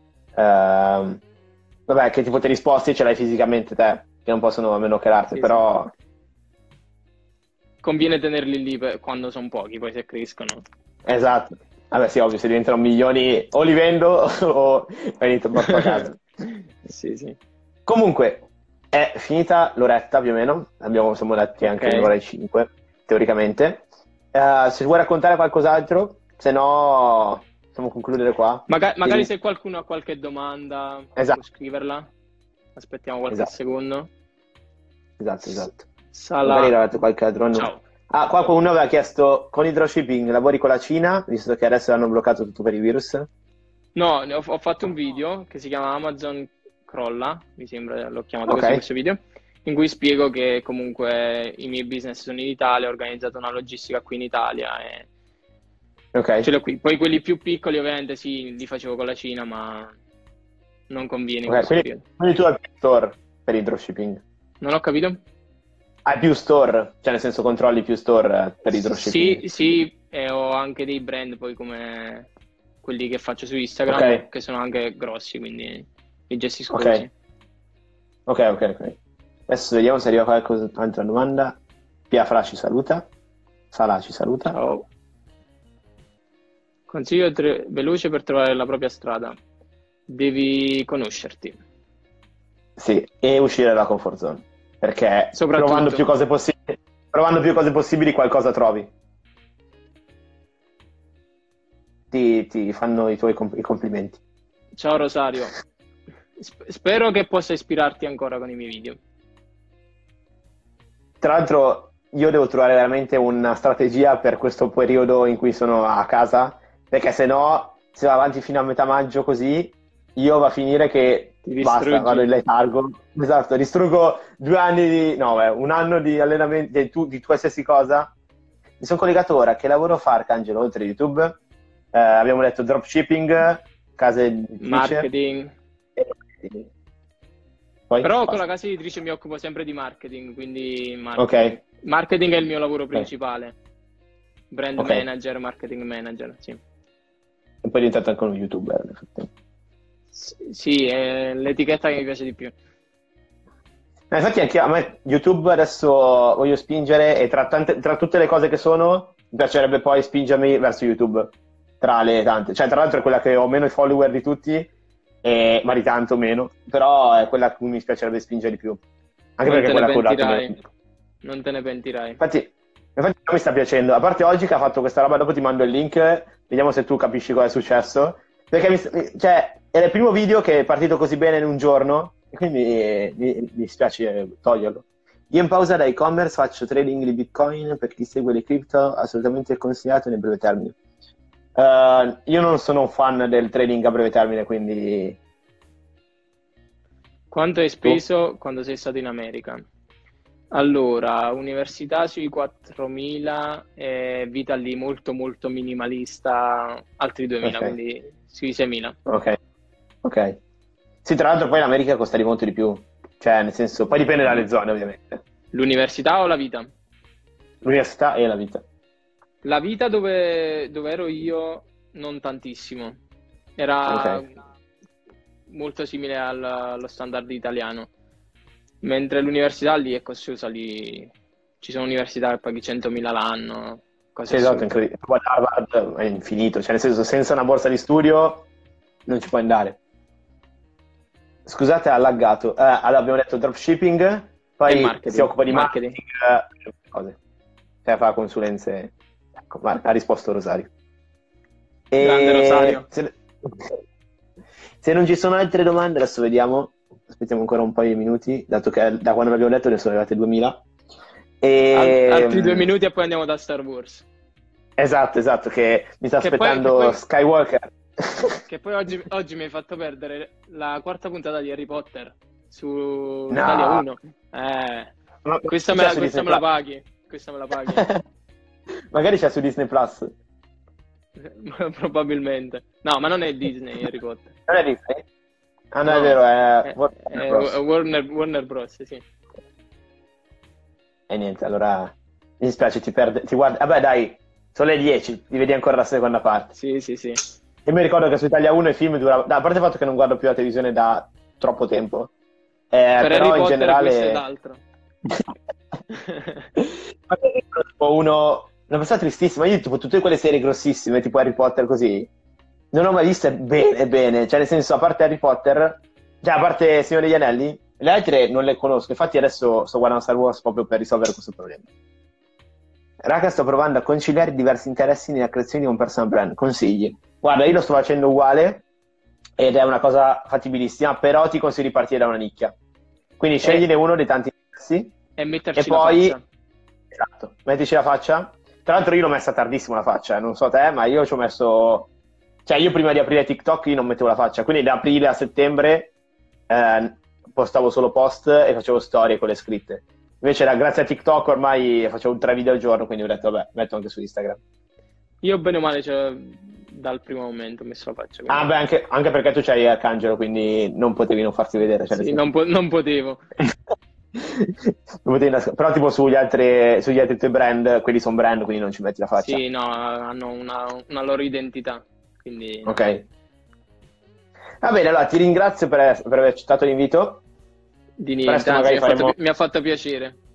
Vabbè, che tipo te li sposti e ce l'hai fisicamente te, che non possono nemmeno hackerarti, Sì, però... conviene tenerli lì quando sono pochi, poi se crescono. Esatto. Vabbè, sì, ovvio, se diventano milioni o li vendo o inizio porto a casa. Sì, sì. Comunque, è finita l'oretta più o meno, siamo letti anche Ok. un'ora e 5, teoricamente. Se vuoi raccontare qualcos'altro, se no possiamo concludere qua. Magari Sì. se qualcuno ha qualche domanda, Esatto. può scriverla. Aspettiamo qualche Esatto. secondo. Esatto. Sala... Magari avete qualche altro... Ciao. Ah, qua qualcuno aveva chiesto, con il dropshipping lavori con la Cina, visto che adesso hanno bloccato tutto per i virus? No, ho fatto un video che si chiama Amazon Crolla, mi sembra, l'ho chiamato Ok. così questo video, in cui spiego che comunque i miei business sono in Italia, ho organizzato una logistica qui in Italia e Ok. ce l'ho qui. Poi quelli più piccoli ovviamente sì, li facevo con la Cina, ma non conviene in Ok, questo quindi, periodo. quindi tu hai più store per il dropshipping? Non ho capito? Hai più store, cioè nel senso controlli più store per il dropshipping? Sì, e ho anche dei brand poi come quelli che faccio su Instagram, Ok. che sono anche grossi, quindi li gestisco Ok. così. Ok. Adesso vediamo se arriva qualche domanda. Pia Fra ci saluta. Sala ci saluta. Ciao. Consiglio veloce per trovare la propria strada. Devi conoscerti. Sì, e uscire dalla comfort zone. Perché Soprattutto. provando più cose possibili qualcosa trovi. Ti fanno i tuoi i complimenti. Ciao Rosario. Spero che possa ispirarti ancora con i miei video. Tra l'altro io devo trovare veramente una strategia per questo periodo in cui sono a casa, perché se no, se va avanti fino a metà maggio così, io va a finire che Ti basta, distruggi. vado in letargo. Esatto, distruggo 2 anni un anno di allenamento di qualsiasi cosa. Mi sono collegato ora, che lavoro fa Arcangelo oltre YouTube? Abbiamo detto dropshipping, case editrici. Marketing. Poi, Però con basta. la casa editrice mi occupo sempre di marketing, quindi Ok. marketing è il mio lavoro principale. Brand Ok. manager, marketing manager, sì. E poi è diventato anche uno YouTuber, nel frattempo. Sì, è l'etichetta che mi piace di più. Infatti anche a me YouTube adesso voglio spingere e tra tutte le cose che sono mi piacerebbe poi spingermi verso YouTube tra le tante, cioè tra l'altro è quella che ho meno follower di tutti ma di tanto meno, però è quella a cui mi piacerebbe spingere di più, anche Non perché te è ne quella che ho dato pentirai. meno. Non te ne pentirai. Infatti mi sta piacendo, a parte oggi che ha fatto questa roba, dopo ti mando il link, vediamo se tu capisci cosa è successo, perché cioè, era il primo video che è partito così bene in un giorno e quindi mi spiace toglierlo. Io in pausa da e-commerce faccio trading di Bitcoin, per chi segue le cripto assolutamente consigliato nel breve termine. Io non sono un fan del trading a breve termine, quindi Quanto hai speso quando sei stato in America? Allora, università sui 4.000, vita lì molto molto minimalista, altri 2.000, Ok. quindi sui 6.000. Ok. Sì, tra l'altro poi l'America costa di molto di più, cioè nel senso, poi dipende dalle zone ovviamente, L'università o la vita? l'università e la vita. La vita dove ero io non tantissimo, era Ok. molto simile allo standard italiano, mentre l'università lì è costosa, lì ci sono università che paghi 100.000 l'anno, cose Sì, esatto, assurde. incredibile. Poi Harvard è infinito, cioè nel senso senza una borsa di studio non ci puoi andare. Scusate, ha laggato. Allora abbiamo detto dropshipping, E poi marketing. si occupa di marketing, cose. Cioè fa consulenze. Ecco, ha risposto Rosario. Grande Rosario. Se non ci sono altre domande, adesso vediamo. Aspettiamo ancora un paio di minuti, dato che da quando l'abbiamo detto ne sono arrivate 2000. Altri 2 minuti e poi andiamo da Star Wars. Esatto, che mi sta Che poi, che aspettando poi, Skywalker. che poi oggi mi hai fatto perdere la quarta puntata di Harry Potter su Italia No, 1. ma Questa me c'è la, su questa Disney me la Plus. paghi. Questa me la paghi. Magari c'è su Disney Plus. Probabilmente. No, ma non è Disney Harry Potter. Non è Disney? Ah, no, è No, vero, è è, Warner è Bros. Warner Bros, sì. E niente, allora mi dispiace, ti guardi. Vabbè, dai, sono le 10, ti vedi ancora la seconda parte. Sì, sì, sì. Io mi ricordo che su Italia 1 i film duravano. A parte il fatto che non guardo più la televisione da troppo tempo, Per Harry però in Potter questo ed generale. altro. Ma io sono tipo una persona tristissima. Io, tipo, tutte quelle serie grossissime, tipo Harry Potter, così, non ho mai viste bene. Cioè, nel senso, a parte Harry Potter, cioè, a parte Signore degli Anelli, le altre non le conosco. Infatti, adesso sto guardando Star Wars proprio per risolvere questo problema. Raga, sto provando a conciliare diversi interessi nella creazione di un personal brand. Consigli? Guarda, io lo sto facendo uguale ed è una cosa fattibilissima, però ti consiglio di partire da una nicchia. Quindi E, scegliene uno dei tanti interessi e e metterci la poi, faccia. esatto, mettici la faccia. Tra l'altro io l'ho messa tardissimo la faccia, non so te, ma io ci ho messo. Cioè io prima di aprire TikTok io non mettevo la faccia, quindi da aprile a settembre postavo solo post e facevo storie con le scritte. Invece grazie a TikTok ormai facevo 3 video al giorno, quindi ho detto vabbè, metto anche su Instagram. Io bene o male, cioè, dal primo momento ho messo la faccia. Ah Quindi. beh, anche perché tu c'hai Arcangelo, quindi non potevi non farti vedere. Cioè, nel Sì, senso. non potevo. Non potevi però tipo sugli altri tuoi brand, quelli sono brand, quindi non ci metti la faccia. Sì, no, hanno una loro identità. Quindi no. Ok. Va bene, allora ti ringrazio per aver accettato l'invito. Di niente, Presto anzi magari faremo. mi ha fatto piacere.